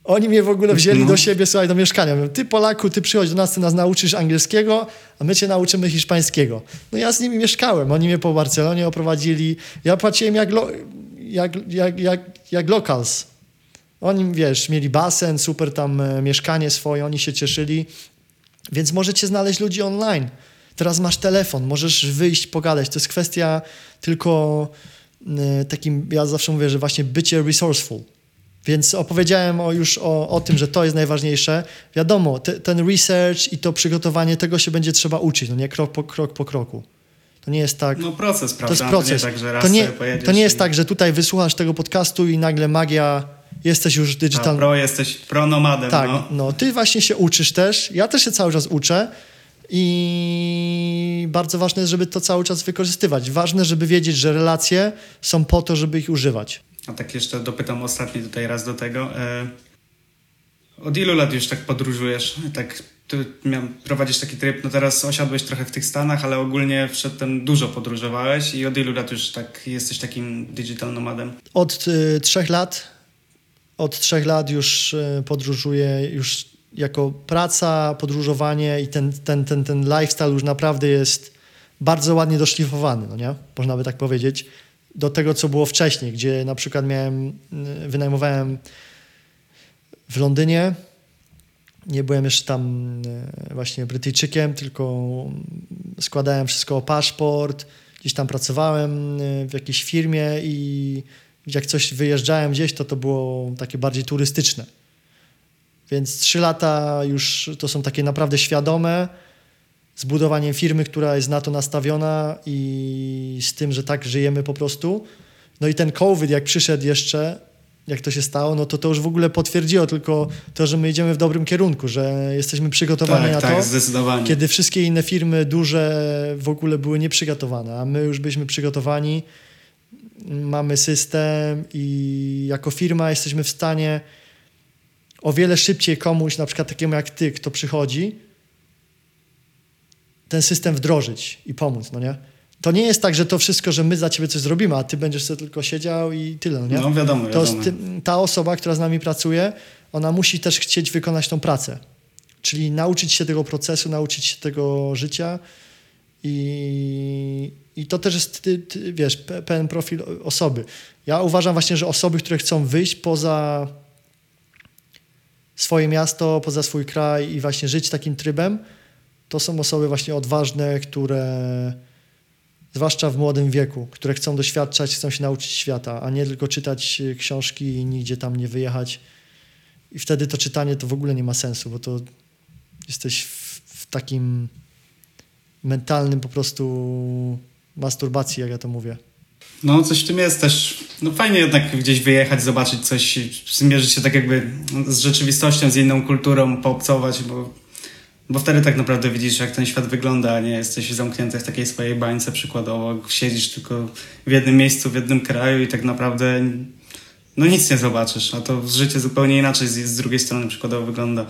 Speaker 1: Oni mnie w ogóle wzięli
Speaker 2: no.
Speaker 1: do siebie, słuchaj, do mieszkania. Mówią, ty Polaku, ty przychodź do nas, ty nas nauczysz angielskiego, a my cię nauczymy hiszpańskiego. No ja z nimi mieszkałem, oni mnie po Barcelonie oprowadzili. Ja płaciłem jak, lo, jak, jak, jak, jak locals. Oni, wiesz, mieli basen, super tam e, mieszkanie swoje, oni się cieszyli. Więc możecie znaleźć ludzi online. Teraz masz telefon, możesz wyjść, pogadać. To jest kwestia tylko e, takim, ja zawsze mówię, że właśnie bycie resourceful. Więc opowiedziałem o, już o, o tym, że to jest najważniejsze. Wiadomo, te, ten research i to przygotowanie, tego się będzie trzeba uczyć, no nie krok po, krok po kroku. To nie jest tak...
Speaker 2: No proces, prawda?
Speaker 1: To jest proces.
Speaker 2: To nie, tak, że raz
Speaker 1: to nie,
Speaker 2: pojedziesz
Speaker 1: to nie jest
Speaker 2: i...
Speaker 1: tak, że tutaj wysłuchasz tego podcastu i nagle magia, jesteś już digital...
Speaker 2: A pro jesteś pronomadem,
Speaker 1: tak,
Speaker 2: no.
Speaker 1: no. Ty właśnie się uczysz też. Ja też się cały czas uczę i bardzo ważne jest, żeby to cały czas wykorzystywać. Ważne, żeby wiedzieć, że relacje są po to, żeby ich używać.
Speaker 2: A tak jeszcze dopytam ostatni tutaj raz do tego. E, od ilu lat już tak podróżujesz? Tak, ty miał, prowadzisz taki tryb, no teraz osiadłeś trochę w tych Stanach, ale ogólnie przedtem dużo podróżowałeś i od ilu lat już tak jesteś takim digital nomadem?
Speaker 1: Od y, trzech lat. Od trzech lat już y, podróżuję, już jako praca, podróżowanie i ten, ten, ten, ten lifestyle już naprawdę jest bardzo ładnie doszlifowany, no nie? Można by tak powiedzieć. Do tego, co było wcześniej, gdzie na przykład miałem, wynajmowałem w Londynie, nie byłem jeszcze tam właśnie Brytyjczykiem, tylko składałem wszystko o paszport, gdzieś tam pracowałem w jakiejś firmie i jak coś wyjeżdżałem gdzieś, to to było takie bardziej turystyczne. Więc trzy lata już to są takie naprawdę świadome, zbudowaniem firmy, która jest na to nastawiona i z tym, że tak żyjemy po prostu. No i ten COVID, jak przyszedł jeszcze, jak to się stało, no to to już w ogóle potwierdziło tylko to, że my idziemy w dobrym kierunku, że jesteśmy przygotowani
Speaker 2: tak,
Speaker 1: na
Speaker 2: tak,
Speaker 1: to,
Speaker 2: zdecydowanie.
Speaker 1: kiedy wszystkie inne firmy duże w ogóle były nieprzygotowane, a my już byliśmy przygotowani, mamy system i jako firma jesteśmy w stanie o wiele szybciej komuś, na przykład takiemu jak ty, kto przychodzi, ten system wdrożyć i pomóc, no nie? To nie jest tak, że to wszystko, że my za ciebie coś zrobimy, a ty będziesz sobie tylko siedział i tyle, no nie?
Speaker 2: No wiadomo,
Speaker 1: to
Speaker 2: wiadomo.
Speaker 1: Ty, ta osoba, która z nami pracuje, ona musi też chcieć wykonać tą pracę. Czyli nauczyć się tego procesu, nauczyć się tego życia i, i to też jest, ty, ty, wiesz, pe, pewien profil osoby. Ja uważam właśnie, że osoby, które chcą wyjść poza swoje miasto, poza swój kraj i właśnie żyć takim trybem, to są osoby właśnie odważne, które zwłaszcza w młodym wieku, które chcą doświadczać, chcą się nauczyć świata, a nie tylko czytać książki i nigdzie tam nie wyjechać. I wtedy to czytanie to w ogóle nie ma sensu, bo to jesteś w, w takim mentalnym po prostu masturbacji, jak ja to mówię.
Speaker 2: No coś w tym jest też. No fajnie jednak gdzieś wyjechać, zobaczyć coś, zmierzyć się tak jakby z rzeczywistością, z inną kulturą, poobcować, bo, bo wtedy tak naprawdę widzisz, jak ten świat wygląda, a nie jesteś zamknięty w takiej swojej bańce przykładowo. Siedzisz tylko w jednym miejscu, w jednym kraju i tak naprawdę no nic nie zobaczysz, a to życie zupełnie inaczej z, z drugiej strony przykładowo wygląda.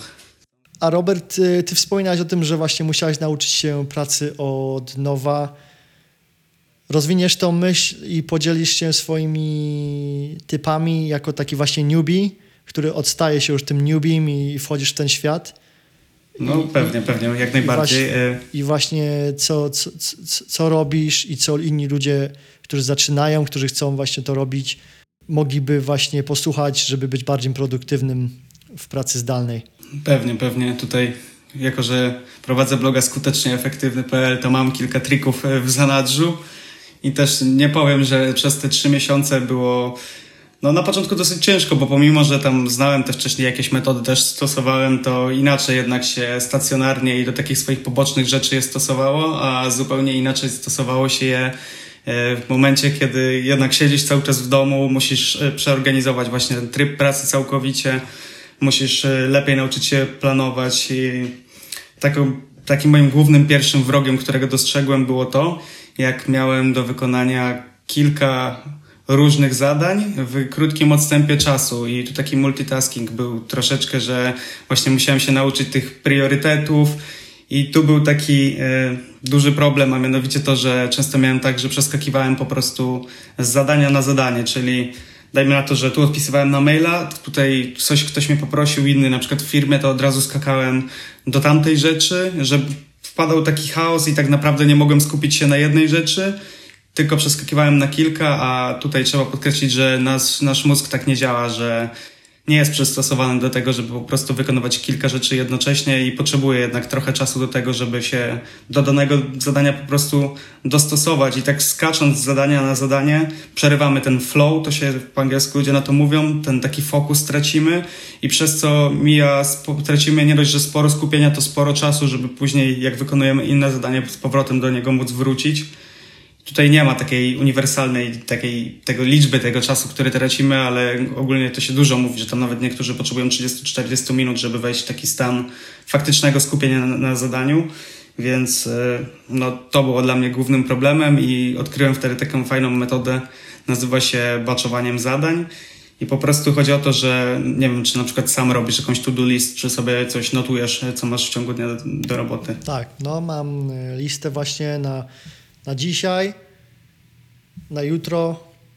Speaker 1: A Robert, ty, ty wspominałeś o tym, że właśnie musiałeś nauczyć się pracy od nowa. Rozwiniesz tą myśl i podzielisz się swoimi typami jako taki właśnie newbie, który odstaje się już tym newbiem i wchodzisz w ten świat.
Speaker 2: No
Speaker 1: I,
Speaker 2: pewnie, pewnie, jak najbardziej.
Speaker 1: I właśnie, i właśnie co, co, co, co robisz i co inni ludzie, którzy zaczynają, którzy chcą właśnie to robić, mogliby właśnie posłuchać, żeby być bardziej produktywnym w pracy zdalnej.
Speaker 2: Pewnie, pewnie. Tutaj, jako że prowadzę bloga skutecznie efektywny kropka p l, to mam kilka trików w zanadrzu i też nie powiem, że przez te trzy miesiące było no na początku dosyć ciężko, bo pomimo, że tam znałem te wcześniej jakieś metody, też stosowałem, to inaczej jednak się stacjonarnie i do takich swoich pobocznych rzeczy je stosowało, a zupełnie inaczej stosowało się je w momencie, kiedy jednak siedzisz cały czas w domu, musisz przeorganizować właśnie ten tryb pracy całkowicie, musisz lepiej nauczyć się planować i taką, takim moim głównym pierwszym wrogiem, którego dostrzegłem, było to, jak miałem do wykonania kilka różnych zadań w krótkim odstępie czasu i tu taki multitasking był troszeczkę, że właśnie musiałem się nauczyć tych priorytetów i tu był taki e, duży problem, a mianowicie to, że często miałem tak, że przeskakiwałem po prostu z zadania na zadanie, czyli dajmy na to, że tu odpisywałem na maila, tutaj coś ktoś mnie poprosił, inny na przykład w firmie, to od razu skakałem do tamtej rzeczy, że wpadał taki chaos i tak naprawdę nie mogłem skupić się na jednej rzeczy, tylko przeskakiwałem na kilka, a tutaj trzeba podkreślić, że nasz, nasz mózg tak nie działa, że nie jest przystosowany do tego, żeby po prostu wykonywać kilka rzeczy jednocześnie i potrzebuje jednak trochę czasu do tego, żeby się do danego zadania po prostu dostosować i tak skacząc z zadania na zadanie przerywamy ten flow, to się po angielsku ludzie na to mówią, ten taki fokus tracimy i przez co mija, tracimy nie dość, że sporo skupienia, to sporo czasu, żeby później jak wykonujemy inne zadanie z powrotem do niego móc wrócić. Tutaj nie ma takiej uniwersalnej takiej, tego liczby tego czasu, który tracimy, ale ogólnie to się dużo mówi, że tam nawet niektórzy potrzebują trzydzieści do czterdziestu minut, żeby wejść w taki stan faktycznego skupienia na, na zadaniu, więc no, to było dla mnie głównym problemem i odkryłem wtedy taką fajną metodę, nazywa się batchowaniem zadań i po prostu chodzi o to, że nie wiem, czy na przykład sam robisz jakąś to-do list, czy sobie coś notujesz, co masz w ciągu dnia do, do roboty.
Speaker 1: Tak, no mam listę właśnie na Na dzisiaj, na jutro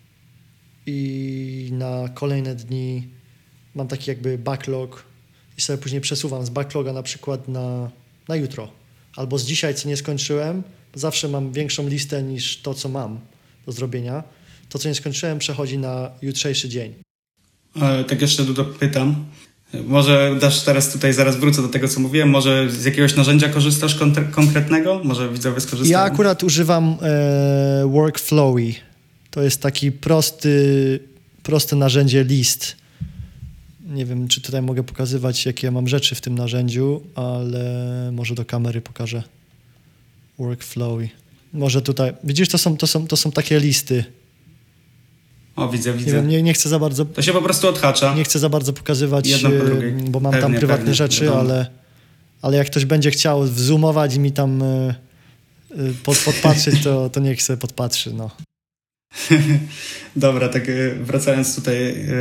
Speaker 1: i na kolejne dni mam taki jakby backlog i sobie później przesuwam z backloga na przykład na, na jutro. Albo z dzisiaj, co nie skończyłem, zawsze mam większą listę niż to, co mam do zrobienia. To, co nie skończyłem, przechodzi na jutrzejszy dzień.
Speaker 2: E, tak jeszcze dopytam. Może dasz teraz tutaj, zaraz wrócę do tego, co mówiłem, może z jakiegoś narzędzia korzystasz kon- konkretnego? Może widzowie skorzystają?
Speaker 1: Ja akurat używam e, Workflowy. To jest taki prosty, proste narzędzie list. Nie wiem, czy tutaj mogę pokazywać, jakie mam rzeczy w tym narzędziu, ale może do kamery pokażę. Workflowy. Może tutaj, widzisz, to są, to są, to są takie listy.
Speaker 2: O, widzę, widzę.
Speaker 1: Nie, wiem, nie, nie chcę za bardzo...
Speaker 2: To się po prostu odhacza.
Speaker 1: Nie chcę za bardzo pokazywać,
Speaker 2: Jedno po drugiej.
Speaker 1: bo mam
Speaker 2: pewnie,
Speaker 1: tam prywatne
Speaker 2: pewnie,
Speaker 1: rzeczy, ale, ale jak ktoś będzie chciał zoomować i mi tam y, y, pod, podpatrzeć, to, to niech sobie podpatrzy, no.
Speaker 2: Dobra, tak wracając tutaj,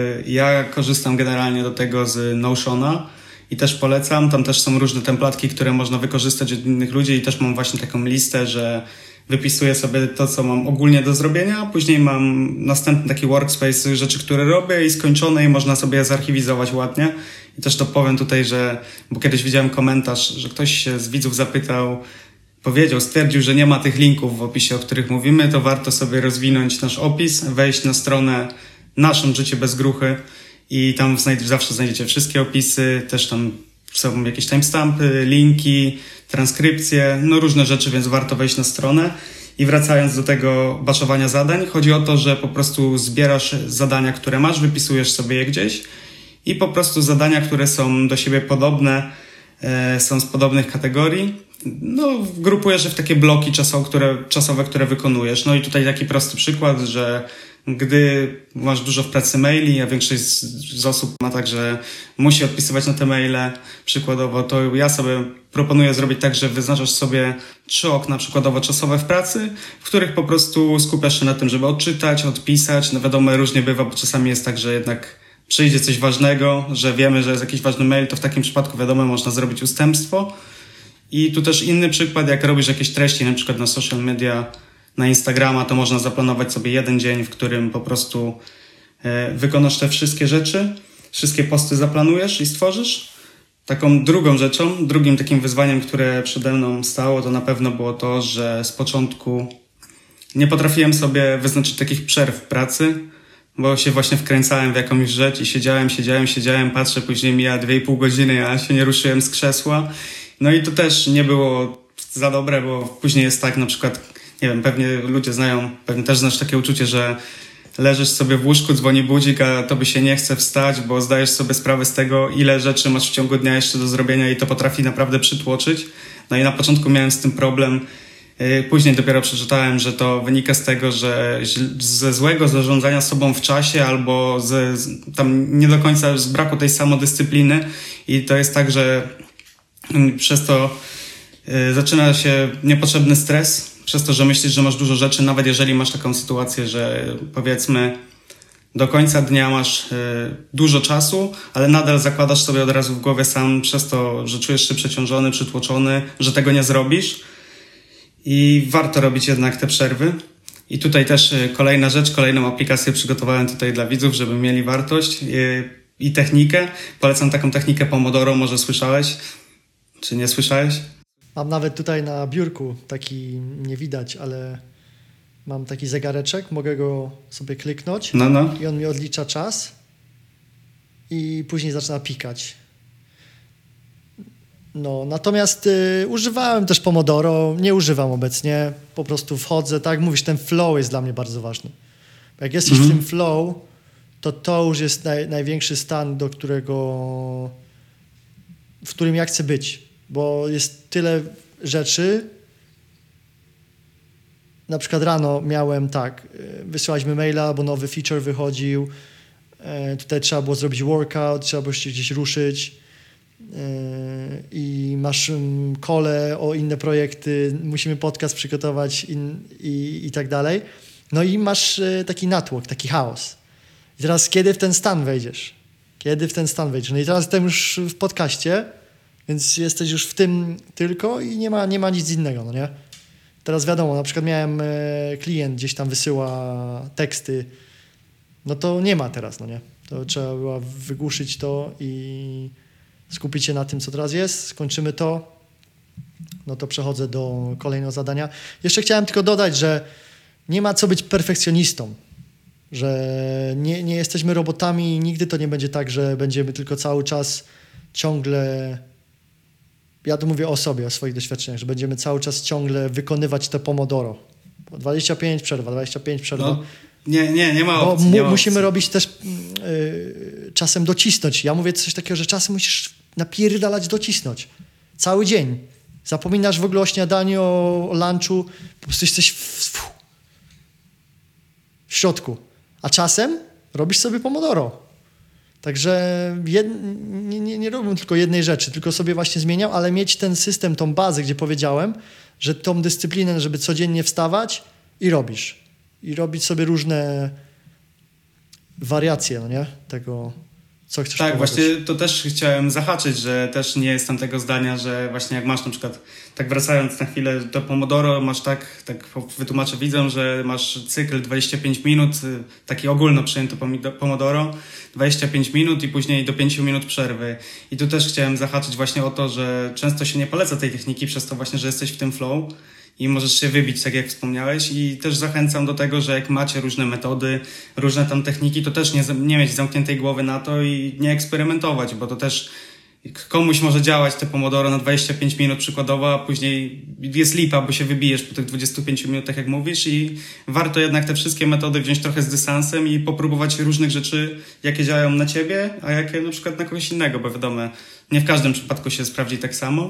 Speaker 2: ja korzystam generalnie do tego z Notiona i też polecam, tam też są różne templatki, które można wykorzystać od innych ludzi i też mam właśnie taką listę, że wypisuję sobie to, co mam ogólnie do zrobienia, a później mam następny taki workspace rzeczy, które robię i skończone i można sobie je zarchiwizować ładnie. I też to powiem tutaj, że, bo kiedyś widziałem komentarz, że ktoś się z widzów zapytał, powiedział, stwierdził, że nie ma tych linków w opisie, o których mówimy, to warto sobie rozwinąć nasz opis, wejść na stronę naszą Życie bez gruchy i tam znajd- zawsze znajdziecie wszystkie opisy, też tam są jakieś timestampy, linki, transkrypcje, no różne rzeczy, więc warto wejść na stronę. I wracając do tego batchowania zadań, chodzi o to, że po prostu zbierasz zadania, które masz, wypisujesz sobie je gdzieś i po prostu zadania, które są do siebie podobne, e, są z podobnych kategorii, no grupujesz je w takie bloki czasowe które, czasowe, które wykonujesz. No i tutaj taki prosty przykład, że gdy masz dużo w pracy maili, a większość z, z osób ma tak, że musi odpisywać na te maile przykładowo, to ja sobie proponuję zrobić tak, że wyznaczasz sobie trzy okna przykładowo czasowe w pracy, w których po prostu skupiasz się na tym, żeby odczytać, odpisać. No wiadomo, różnie bywa, bo czasami jest tak, że jednak przyjdzie coś ważnego, że wiemy, że jest jakiś ważny mail, to w takim przypadku wiadomo, można zrobić ustępstwo. I tu też inny przykład, jak robisz jakieś treści, na przykład na social media, na Instagrama, to można zaplanować sobie jeden dzień, w którym po prostu e, wykonasz te wszystkie rzeczy, wszystkie posty zaplanujesz i stworzysz. Taką drugą rzeczą, drugim takim wyzwaniem, które przede mną stało, to na pewno było to, że z początku nie potrafiłem sobie wyznaczyć takich przerw w pracy, bo się właśnie wkręcałem w jakąś rzecz i siedziałem, siedziałem, siedziałem, patrzę, później mija dwie i pół godziny, a się nie ruszyłem z krzesła. No i to też nie było za dobre, bo później jest tak, na przykład, nie wiem, pewnie ludzie znają, pewnie też znasz takie uczucie, że leżysz sobie w łóżku, dzwoni budzik, a tobie się nie chce wstać, bo zdajesz sobie sprawę z tego, ile rzeczy masz w ciągu dnia jeszcze do zrobienia i to potrafi naprawdę przytłoczyć. No i na początku miałem z tym problem. Później dopiero przeczytałem, że to wynika z tego, że ze złego zarządzania sobą w czasie albo z, z, tam nie do końca z braku tej samodyscypliny i to jest tak, że przez to y, zaczyna się niepotrzebny stres, przez to, że myślisz, że masz dużo rzeczy, nawet jeżeli masz taką sytuację, że powiedzmy do końca dnia masz y, dużo czasu, ale nadal zakładasz sobie od razu w głowie sam przez to, że czujesz się przeciążony, przytłoczony, że tego nie zrobisz i warto robić jednak te przerwy. I tutaj też kolejna rzecz, kolejną aplikację przygotowałem tutaj dla widzów, żeby mieli wartość i technikę. Polecam taką technikę Pomodoro, może słyszałeś, czy nie słyszałeś?
Speaker 1: Mam nawet tutaj na biurku taki, nie widać, ale mam taki zegareczek, mogę go sobie kliknąć
Speaker 2: no, no.
Speaker 1: i on mi odlicza czas i później zaczyna pikać. No, natomiast y, używałem też Pomodoro, nie używam obecnie, po prostu wchodzę, tak jak mówisz, ten flow jest dla mnie bardzo ważny. Bo jak jesteś mm-hmm. w tym flow, to to już jest naj, największy stan, do którego, w którym ja chcę być, bo jest tyle rzeczy. Na przykład rano miałem tak, wysyłaliśmy maila, bo nowy feature wychodził, e, tutaj trzeba było zrobić workout, trzeba było się gdzieś ruszyć, i masz kole o inne projekty, musimy podcast przygotować in, i, i tak dalej. No i masz taki natłok, taki chaos. I teraz kiedy w ten stan wejdziesz? Kiedy w ten stan wejdziesz? No i teraz jestem już w podcaście, więc jesteś już w tym tylko i nie ma, nie ma nic innego, no nie? Teraz wiadomo, na przykład miałem klient, gdzieś tam wysyła teksty, no to nie ma teraz, no nie? To trzeba było wygłuszyć to i skupić się na tym, co teraz jest, skończymy to, no to przechodzę do kolejnego zadania. Jeszcze chciałem tylko dodać, że nie ma co być perfekcjonistą, że nie, nie jesteśmy robotami i nigdy to nie będzie tak, że będziemy tylko cały czas ciągle, ja tu mówię o sobie, o swoich doświadczeniach, że będziemy cały czas ciągle wykonywać te Pomodoro. dwadzieścia pięć przerwa, dwadzieścia pięć przerwa.
Speaker 2: No. Nie, nie, nie ma opcji.
Speaker 1: Bo mu,
Speaker 2: nie ma
Speaker 1: musimy
Speaker 2: opcji.
Speaker 1: robić też yy, czasem docisnąć. Ja mówię coś takiego, że czasem musisz napierdalać, docisnąć. Cały dzień. Zapominasz w ogóle o śniadaniu, o, o lunchu. Po prostu jesteś w, w, w środku. A czasem robisz sobie Pomodoro. Także jed, nie, nie, nie robię tylko jednej rzeczy, tylko sobie właśnie zmieniał, ale mieć ten system, tą bazę, gdzie powiedziałem, że tą dyscyplinę, żeby codziennie wstawać i robisz. I robić sobie różne wariacje, no nie? Tego, co chcesz
Speaker 2: Tak,
Speaker 1: powiedzieć.
Speaker 2: właśnie to też chciałem zahaczyć, że też nie jestem tego zdania, że właśnie jak masz na przykład, tak wracając na chwilę do Pomodoro, masz tak, tak wytłumaczę widzom, że masz cykl dwadzieścia pięć minut, taki ogólno przyjęty Pomodoro, dwadzieścia pięć minut i później do pięć minut przerwy. I tu też chciałem zahaczyć właśnie o to, że często się nie poleca tej techniki przez to właśnie, że jesteś w tym flow i możesz się wybić, tak jak wspomniałeś, i też zachęcam do tego, że jak macie różne metody, różne tam techniki, to też nie, nie mieć zamkniętej głowy na to i nie eksperymentować, bo to też komuś może działać te Pomodoro na dwadzieścia pięć minut przykładowo, a później jest lipa, bo się wybijesz po tych dwudziestu pięciu minutach, jak mówisz, i warto jednak te wszystkie metody wziąć trochę z dystansem i popróbować różnych rzeczy, jakie działają na ciebie, a jakie na przykład na kogoś innego, bo wiadomo, nie w każdym przypadku się sprawdzi tak samo.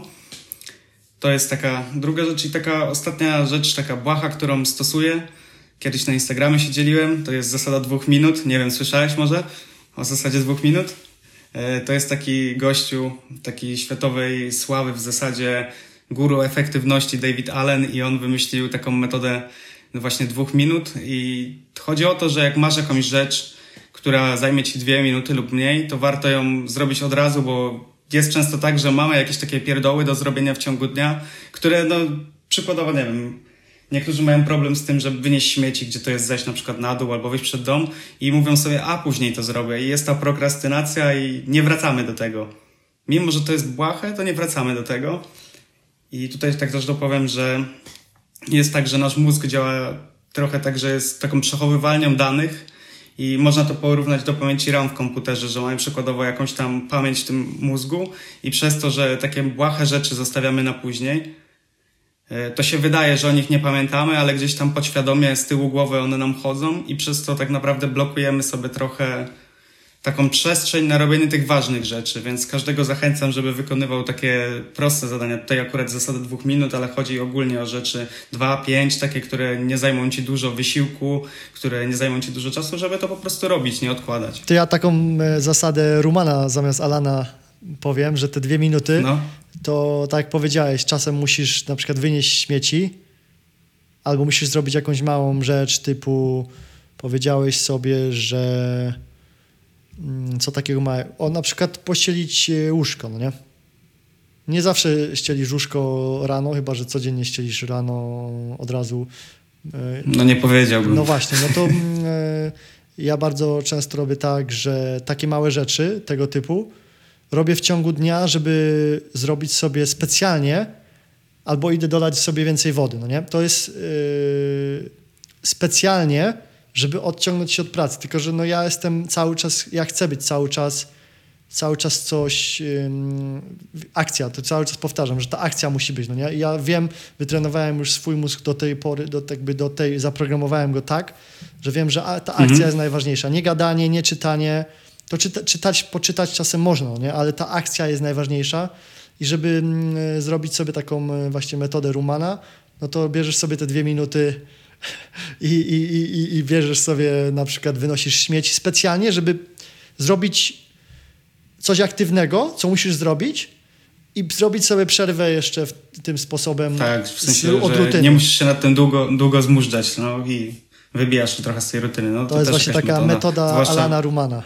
Speaker 2: To jest taka druga rzecz i taka ostatnia rzecz, taka błaha, którą stosuję. Kiedyś na Instagramie się dzieliłem, to jest zasada dwóch minut, nie wiem, słyszałeś może o zasadzie dwóch minut? To jest taki gościu, taki światowej sławy w zasadzie guru efektywności David Allen i on wymyślił taką metodę właśnie dwóch minut i chodzi o to, że jak masz jakąś rzecz, która zajmie ci dwie minuty lub mniej, to warto ją zrobić od razu, bo jest często tak, że mamy jakieś takie pierdoły do zrobienia w ciągu dnia, które no przykładowo, nie wiem, niektórzy mają problem z tym, żeby wynieść śmieci, gdzie to jest zejść na przykład na dół albo wyjść przed dom i mówią sobie, a później to zrobię i jest ta prokrastynacja i nie wracamy do tego. Mimo, że to jest błahe, to nie wracamy do tego. I tutaj tak też dopowiem, że jest tak, że nasz mózg działa trochę tak, że jest taką przechowywalnią danych i można to porównać do pamięci RAM w komputerze, że mamy przykładowo jakąś tam pamięć w tym mózgu i przez to, że takie błahe rzeczy zostawiamy na później, to się wydaje, że o nich nie pamiętamy, ale gdzieś tam podświadomie z tyłu głowy one nam chodzą i przez to tak naprawdę blokujemy sobie trochę taką przestrzeń na robienie tych ważnych rzeczy, więc każdego zachęcam, żeby wykonywał takie proste zadania. Tutaj akurat zasada dwóch minut, ale chodzi ogólnie o rzeczy dwa, pięć, takie, które nie zajmą ci dużo wysiłku, które nie zajmą ci dużo czasu, żeby to po prostu robić, nie odkładać.
Speaker 1: To ja taką zasadę Rumana zamiast Alana powiem, że te dwie minuty, no. To tak jak powiedziałeś, czasem musisz na przykład wynieść śmieci albo musisz zrobić jakąś małą rzecz typu powiedziałeś sobie, że co takiego ma, o na przykład pościelić łóżko, no nie? Nie zawsze ścielisz łóżko rano, chyba że codziennie ścielisz rano od razu
Speaker 2: No nie powiedziałbym.
Speaker 1: No właśnie, no to ja bardzo często robię tak, że takie małe rzeczy tego typu robię w ciągu dnia, żeby zrobić sobie specjalnie, albo idę dolać sobie więcej wody, no nie? To jest yy, specjalnie, żeby odciągnąć się od pracy, tylko że no ja jestem cały czas, ja chcę być cały czas, cały czas coś, yy, akcja, to cały czas powtarzam, że ta akcja musi być, no nie? I ja wiem, wytrenowałem już swój mózg do tej pory, do, jakby do tej, zaprogramowałem go tak, że wiem, że ta akcja mhm. jest najważniejsza. Nie gadanie, nie czytanie, to czyta, czytać, poczytać czasem można, no nie? Ale ta akcja jest najważniejsza i żeby mm, zrobić sobie taką właśnie metodę Rumana, no to bierzesz sobie te dwie minuty i, i, i, i bierzesz sobie, na przykład wynosisz śmieci specjalnie, żeby zrobić coś aktywnego, co musisz zrobić i zrobić sobie przerwę jeszcze w tym sposobem.
Speaker 2: Tak, w sensie, od rutyny. Nie musisz się nad tym długo, długo zmużdżać, no i wybijasz trochę z tej rutyny. No,
Speaker 1: to, to jest właśnie taka metoda, metoda zwłaszcza... Alana Rumana.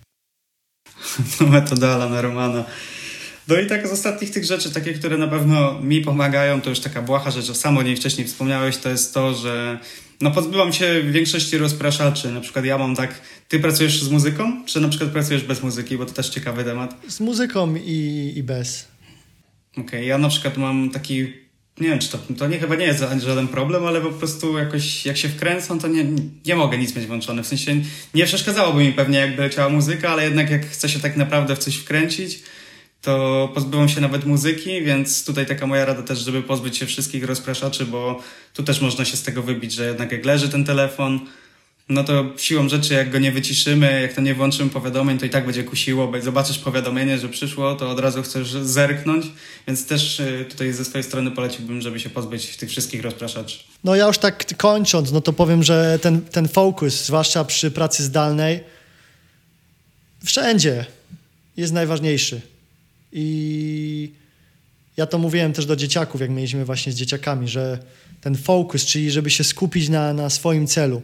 Speaker 2: metoda Alana Rumana. No i tak z ostatnich tych rzeczy, takie, które na pewno mi pomagają, to już taka błaha rzecz, że sam o niej wcześniej wspomniałeś, to jest to, że no pozbywam się większości rozpraszaczy. Na przykład ja mam tak, ty pracujesz z muzyką, czy na przykład pracujesz bez muzyki, bo to też ciekawy temat.
Speaker 1: Z muzyką i, i bez.
Speaker 2: Okej, okay, ja na przykład mam taki, nie wiem, czy to, to nie, chyba nie jest żaden problem, ale po prostu jakoś jak się wkręcam, to nie, nie mogę nic mieć włączone. W sensie nie przeszkadzałoby mi pewnie, jakby leciała muzyka, ale jednak jak chcę się tak naprawdę w coś wkręcić, to pozbywam się nawet muzyki, więc tutaj taka moja rada też, żeby pozbyć się wszystkich rozpraszaczy, bo tu też można się z tego wybić, że jednak jak leży ten telefon, no to siłą rzeczy jak go nie wyciszymy, jak to nie włączymy powiadomień, to i tak będzie kusiło, bo jak zobaczysz powiadomienie, że przyszło, to od razu chcesz zerknąć, więc też tutaj ze swojej strony poleciłbym, żeby się pozbyć tych wszystkich rozpraszaczy.
Speaker 1: No ja już tak kończąc, no to powiem, że ten, ten fokus, zwłaszcza przy pracy zdalnej, wszędzie jest najważniejszy. I ja to mówiłem też do dzieciaków, jak mieliśmy właśnie z dzieciakami, że ten fokus, czyli żeby się skupić na, na swoim celu,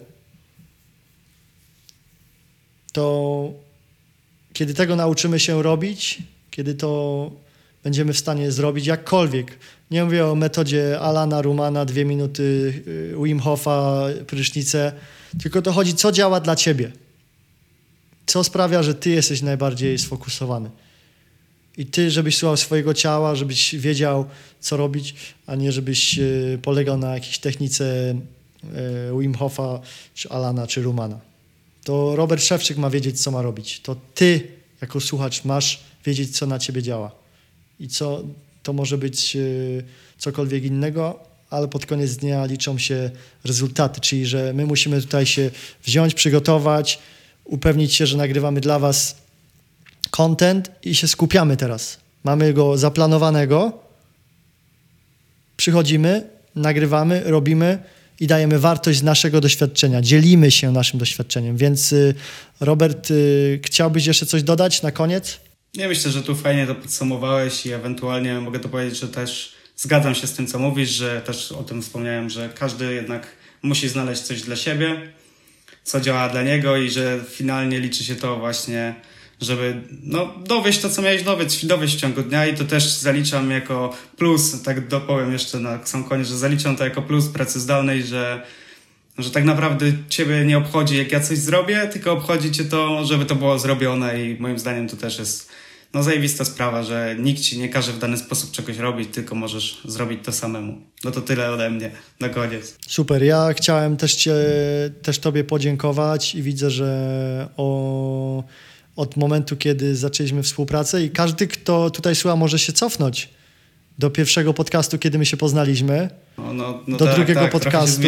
Speaker 1: to kiedy tego nauczymy się robić, kiedy to będziemy w stanie zrobić jakkolwiek, nie mówię o metodzie Alana Rumana, dwie minuty Wim Hofa, prysznice, tylko to chodzi, co działa dla ciebie, co sprawia, że ty jesteś najbardziej sfokusowany. I ty, żebyś słuchał swojego ciała, żebyś wiedział, co robić, a nie żebyś polegał na jakiejś technice Wim Hofa, czy Alana, czy Rumana. To Robert Szewczyk ma wiedzieć, co ma robić. To ty, jako słuchacz, masz wiedzieć, co na ciebie działa. I co to może być cokolwiek innego, ale pod koniec dnia liczą się rezultaty, czyli że my musimy tutaj się wziąć, przygotować, upewnić się, że nagrywamy dla was content i się skupiamy teraz. Mamy go zaplanowanego, przychodzimy, nagrywamy, robimy i dajemy wartość z naszego doświadczenia. Dzielimy się naszym doświadczeniem. Więc Robert, chciałbyś jeszcze coś dodać na koniec?
Speaker 2: Ja myślę, że tu fajnie to podsumowałeś i ewentualnie mogę to powiedzieć, że też zgadzam się z tym, co mówisz, że też o tym wspomniałem, że każdy jednak musi znaleźć coś dla siebie, co działa dla niego i że finalnie liczy się to właśnie, żeby no, dowieść to, co miałeś dowieść, dowieść w ciągu dnia i to też zaliczam jako plus, tak dopowiem jeszcze na sam koniec, że zaliczam to jako plus pracy zdalnej, że, że tak naprawdę ciebie nie obchodzi, jak ja coś zrobię, tylko obchodzi cię to, żeby to było zrobione i moim zdaniem to też jest no zajebista sprawa, że nikt ci nie każe w dany sposób czegoś robić, tylko możesz zrobić to samemu. No to tyle ode mnie na koniec.
Speaker 1: Super, ja chciałem też cię, też tobie podziękować i widzę, że o... od momentu, kiedy zaczęliśmy współpracę i każdy, kto tutaj słucha, może się cofnąć do pierwszego podcastu, kiedy my się poznaliśmy,
Speaker 2: no, no, no
Speaker 1: do
Speaker 2: tak,
Speaker 1: drugiego
Speaker 2: tak,
Speaker 1: podcastu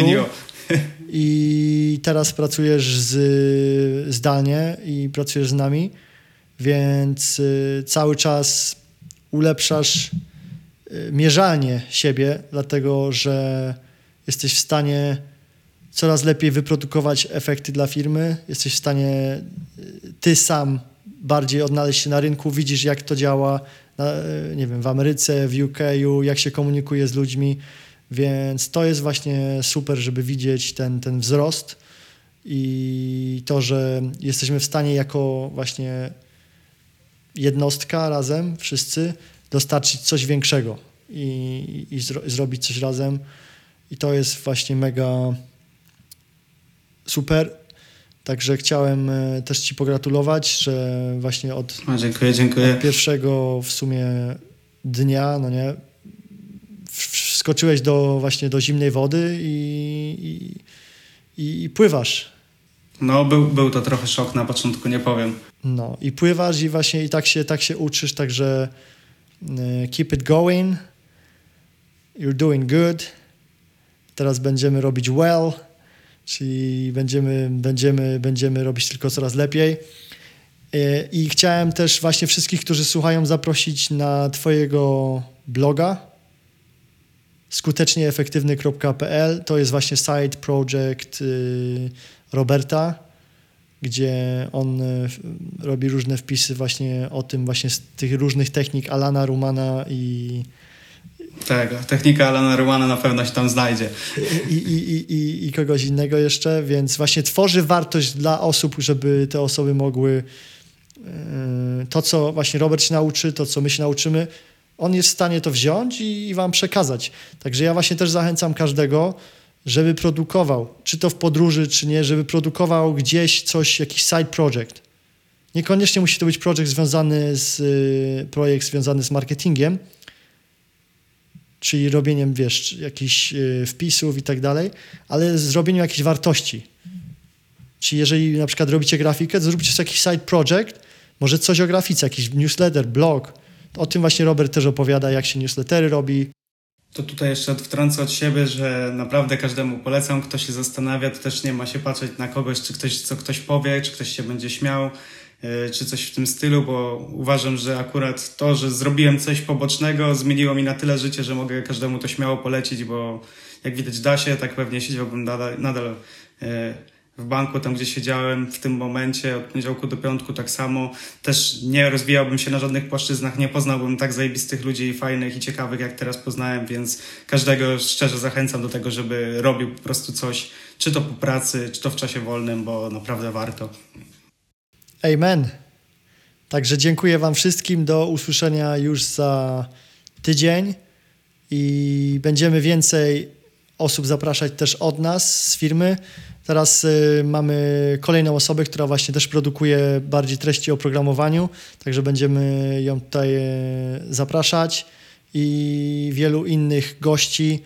Speaker 1: i teraz pracujesz z, zdalnie i pracujesz z nami, więc y, cały czas ulepszasz y, mierzalnie siebie, dlatego że jesteś w stanie coraz lepiej wyprodukować efekty dla firmy. Jesteś w stanie ty sam bardziej odnaleźć się na rynku, widzisz, jak to działa, na, nie wiem, w Ameryce, w U K u, jak się komunikuje z ludźmi, więc to jest właśnie super, żeby widzieć ten, ten wzrost i to, że jesteśmy w stanie jako właśnie jednostka razem, wszyscy, dostarczyć coś większego i, i zro, zrobić coś razem i to jest właśnie mega super. Także chciałem też Ci pogratulować, że właśnie od,
Speaker 2: o, dziękuję, dziękuję.
Speaker 1: od pierwszego w sumie dnia, no nie, wskoczyłeś do właśnie do zimnej wody i, i, i pływasz.
Speaker 2: No, był, był to trochę szok na początku, nie powiem.
Speaker 1: No i pływasz i właśnie i tak się, tak się uczysz, także keep it going, you're doing good. Teraz będziemy robić well, czyli będziemy, będziemy, będziemy robić tylko coraz lepiej. I chciałem też właśnie wszystkich, którzy słuchają, zaprosić na Twojego bloga skutecznie efektywny kropka p l. To jest właśnie side project Roberta, gdzie on robi różne wpisy właśnie o tym, właśnie z tych różnych technik Alana Rumana i...
Speaker 2: Tak, technika Alana Rumana na pewno się tam znajdzie.
Speaker 1: I, i, i, i, i kogoś innego jeszcze, więc właśnie tworzy wartość dla osób, żeby te osoby mogły to, co właśnie Robert się nauczy, to, co my się nauczymy, on jest w stanie to wziąć i, i wam przekazać. Także ja właśnie też zachęcam każdego, żeby produkował, czy to w podróży, czy nie, żeby produkował gdzieś coś, jakiś side project. Niekoniecznie musi to być projekt związany z, projekt związany z marketingiem, czyli robieniem, wiesz, jakichś wpisów i tak dalej, ale zrobieniem jakiejś wartości. Czyli jeżeli na przykład robicie grafikę, to zróbcie sobie jakiś side project, może coś o grafice, jakiś newsletter, blog. O tym właśnie Robert też opowiada, jak się newslettery robi.
Speaker 2: To tutaj jeszcze wtrącę od siebie, że naprawdę każdemu polecam, kto się zastanawia, to też nie ma się patrzeć na kogoś, czy ktoś, co ktoś powie, czy ktoś się będzie śmiał, czy coś w tym stylu, bo uważam, że akurat to, że zrobiłem coś pobocznego, zmieniło mi na tyle życie, że mogę każdemu to śmiało polecić, bo jak widać da się, tak pewnie siedziałbym nadal, nadal w banku, tam gdzie siedziałem w tym momencie, od poniedziałku do piątku tak samo. Też nie rozwijałbym się na żadnych płaszczyznach, nie poznałbym tak zajebistych ludzi, fajnych i ciekawych, jak teraz poznałem, więc każdego szczerze zachęcam do tego, żeby robił po prostu coś, czy to po pracy, czy to w czasie wolnym, bo naprawdę warto.
Speaker 1: Amen. Także dziękuję wam wszystkim. Do usłyszenia już za tydzień i będziemy więcej osób zapraszać też od nas z firmy. Teraz y, mamy kolejną osobę, która właśnie też produkuje bardziej treści o programowaniu, także będziemy ją tutaj y, zapraszać i wielu innych gości.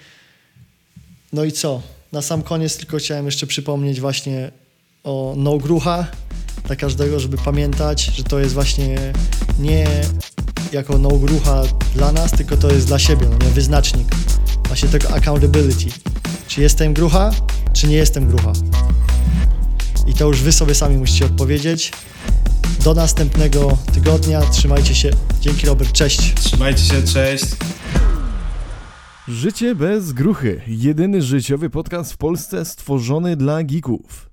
Speaker 1: No i co? Na sam koniec tylko chciałem jeszcze przypomnieć właśnie o No Grucha dla każdego, żeby pamiętać, że to jest właśnie nie jako No Grucha dla nas, tylko to jest dla siebie, no nie? Wyznacznik właśnie tego accountability. Czy jestem grucha, czy nie jestem grucha? I to już wy sobie sami musicie odpowiedzieć. Do następnego tygodnia. Trzymajcie się. Dzięki, Robert. Cześć.
Speaker 2: Trzymajcie się. Cześć.
Speaker 3: Życie bez gruchy. Jedyny życiowy podcast w Polsce stworzony dla geeków.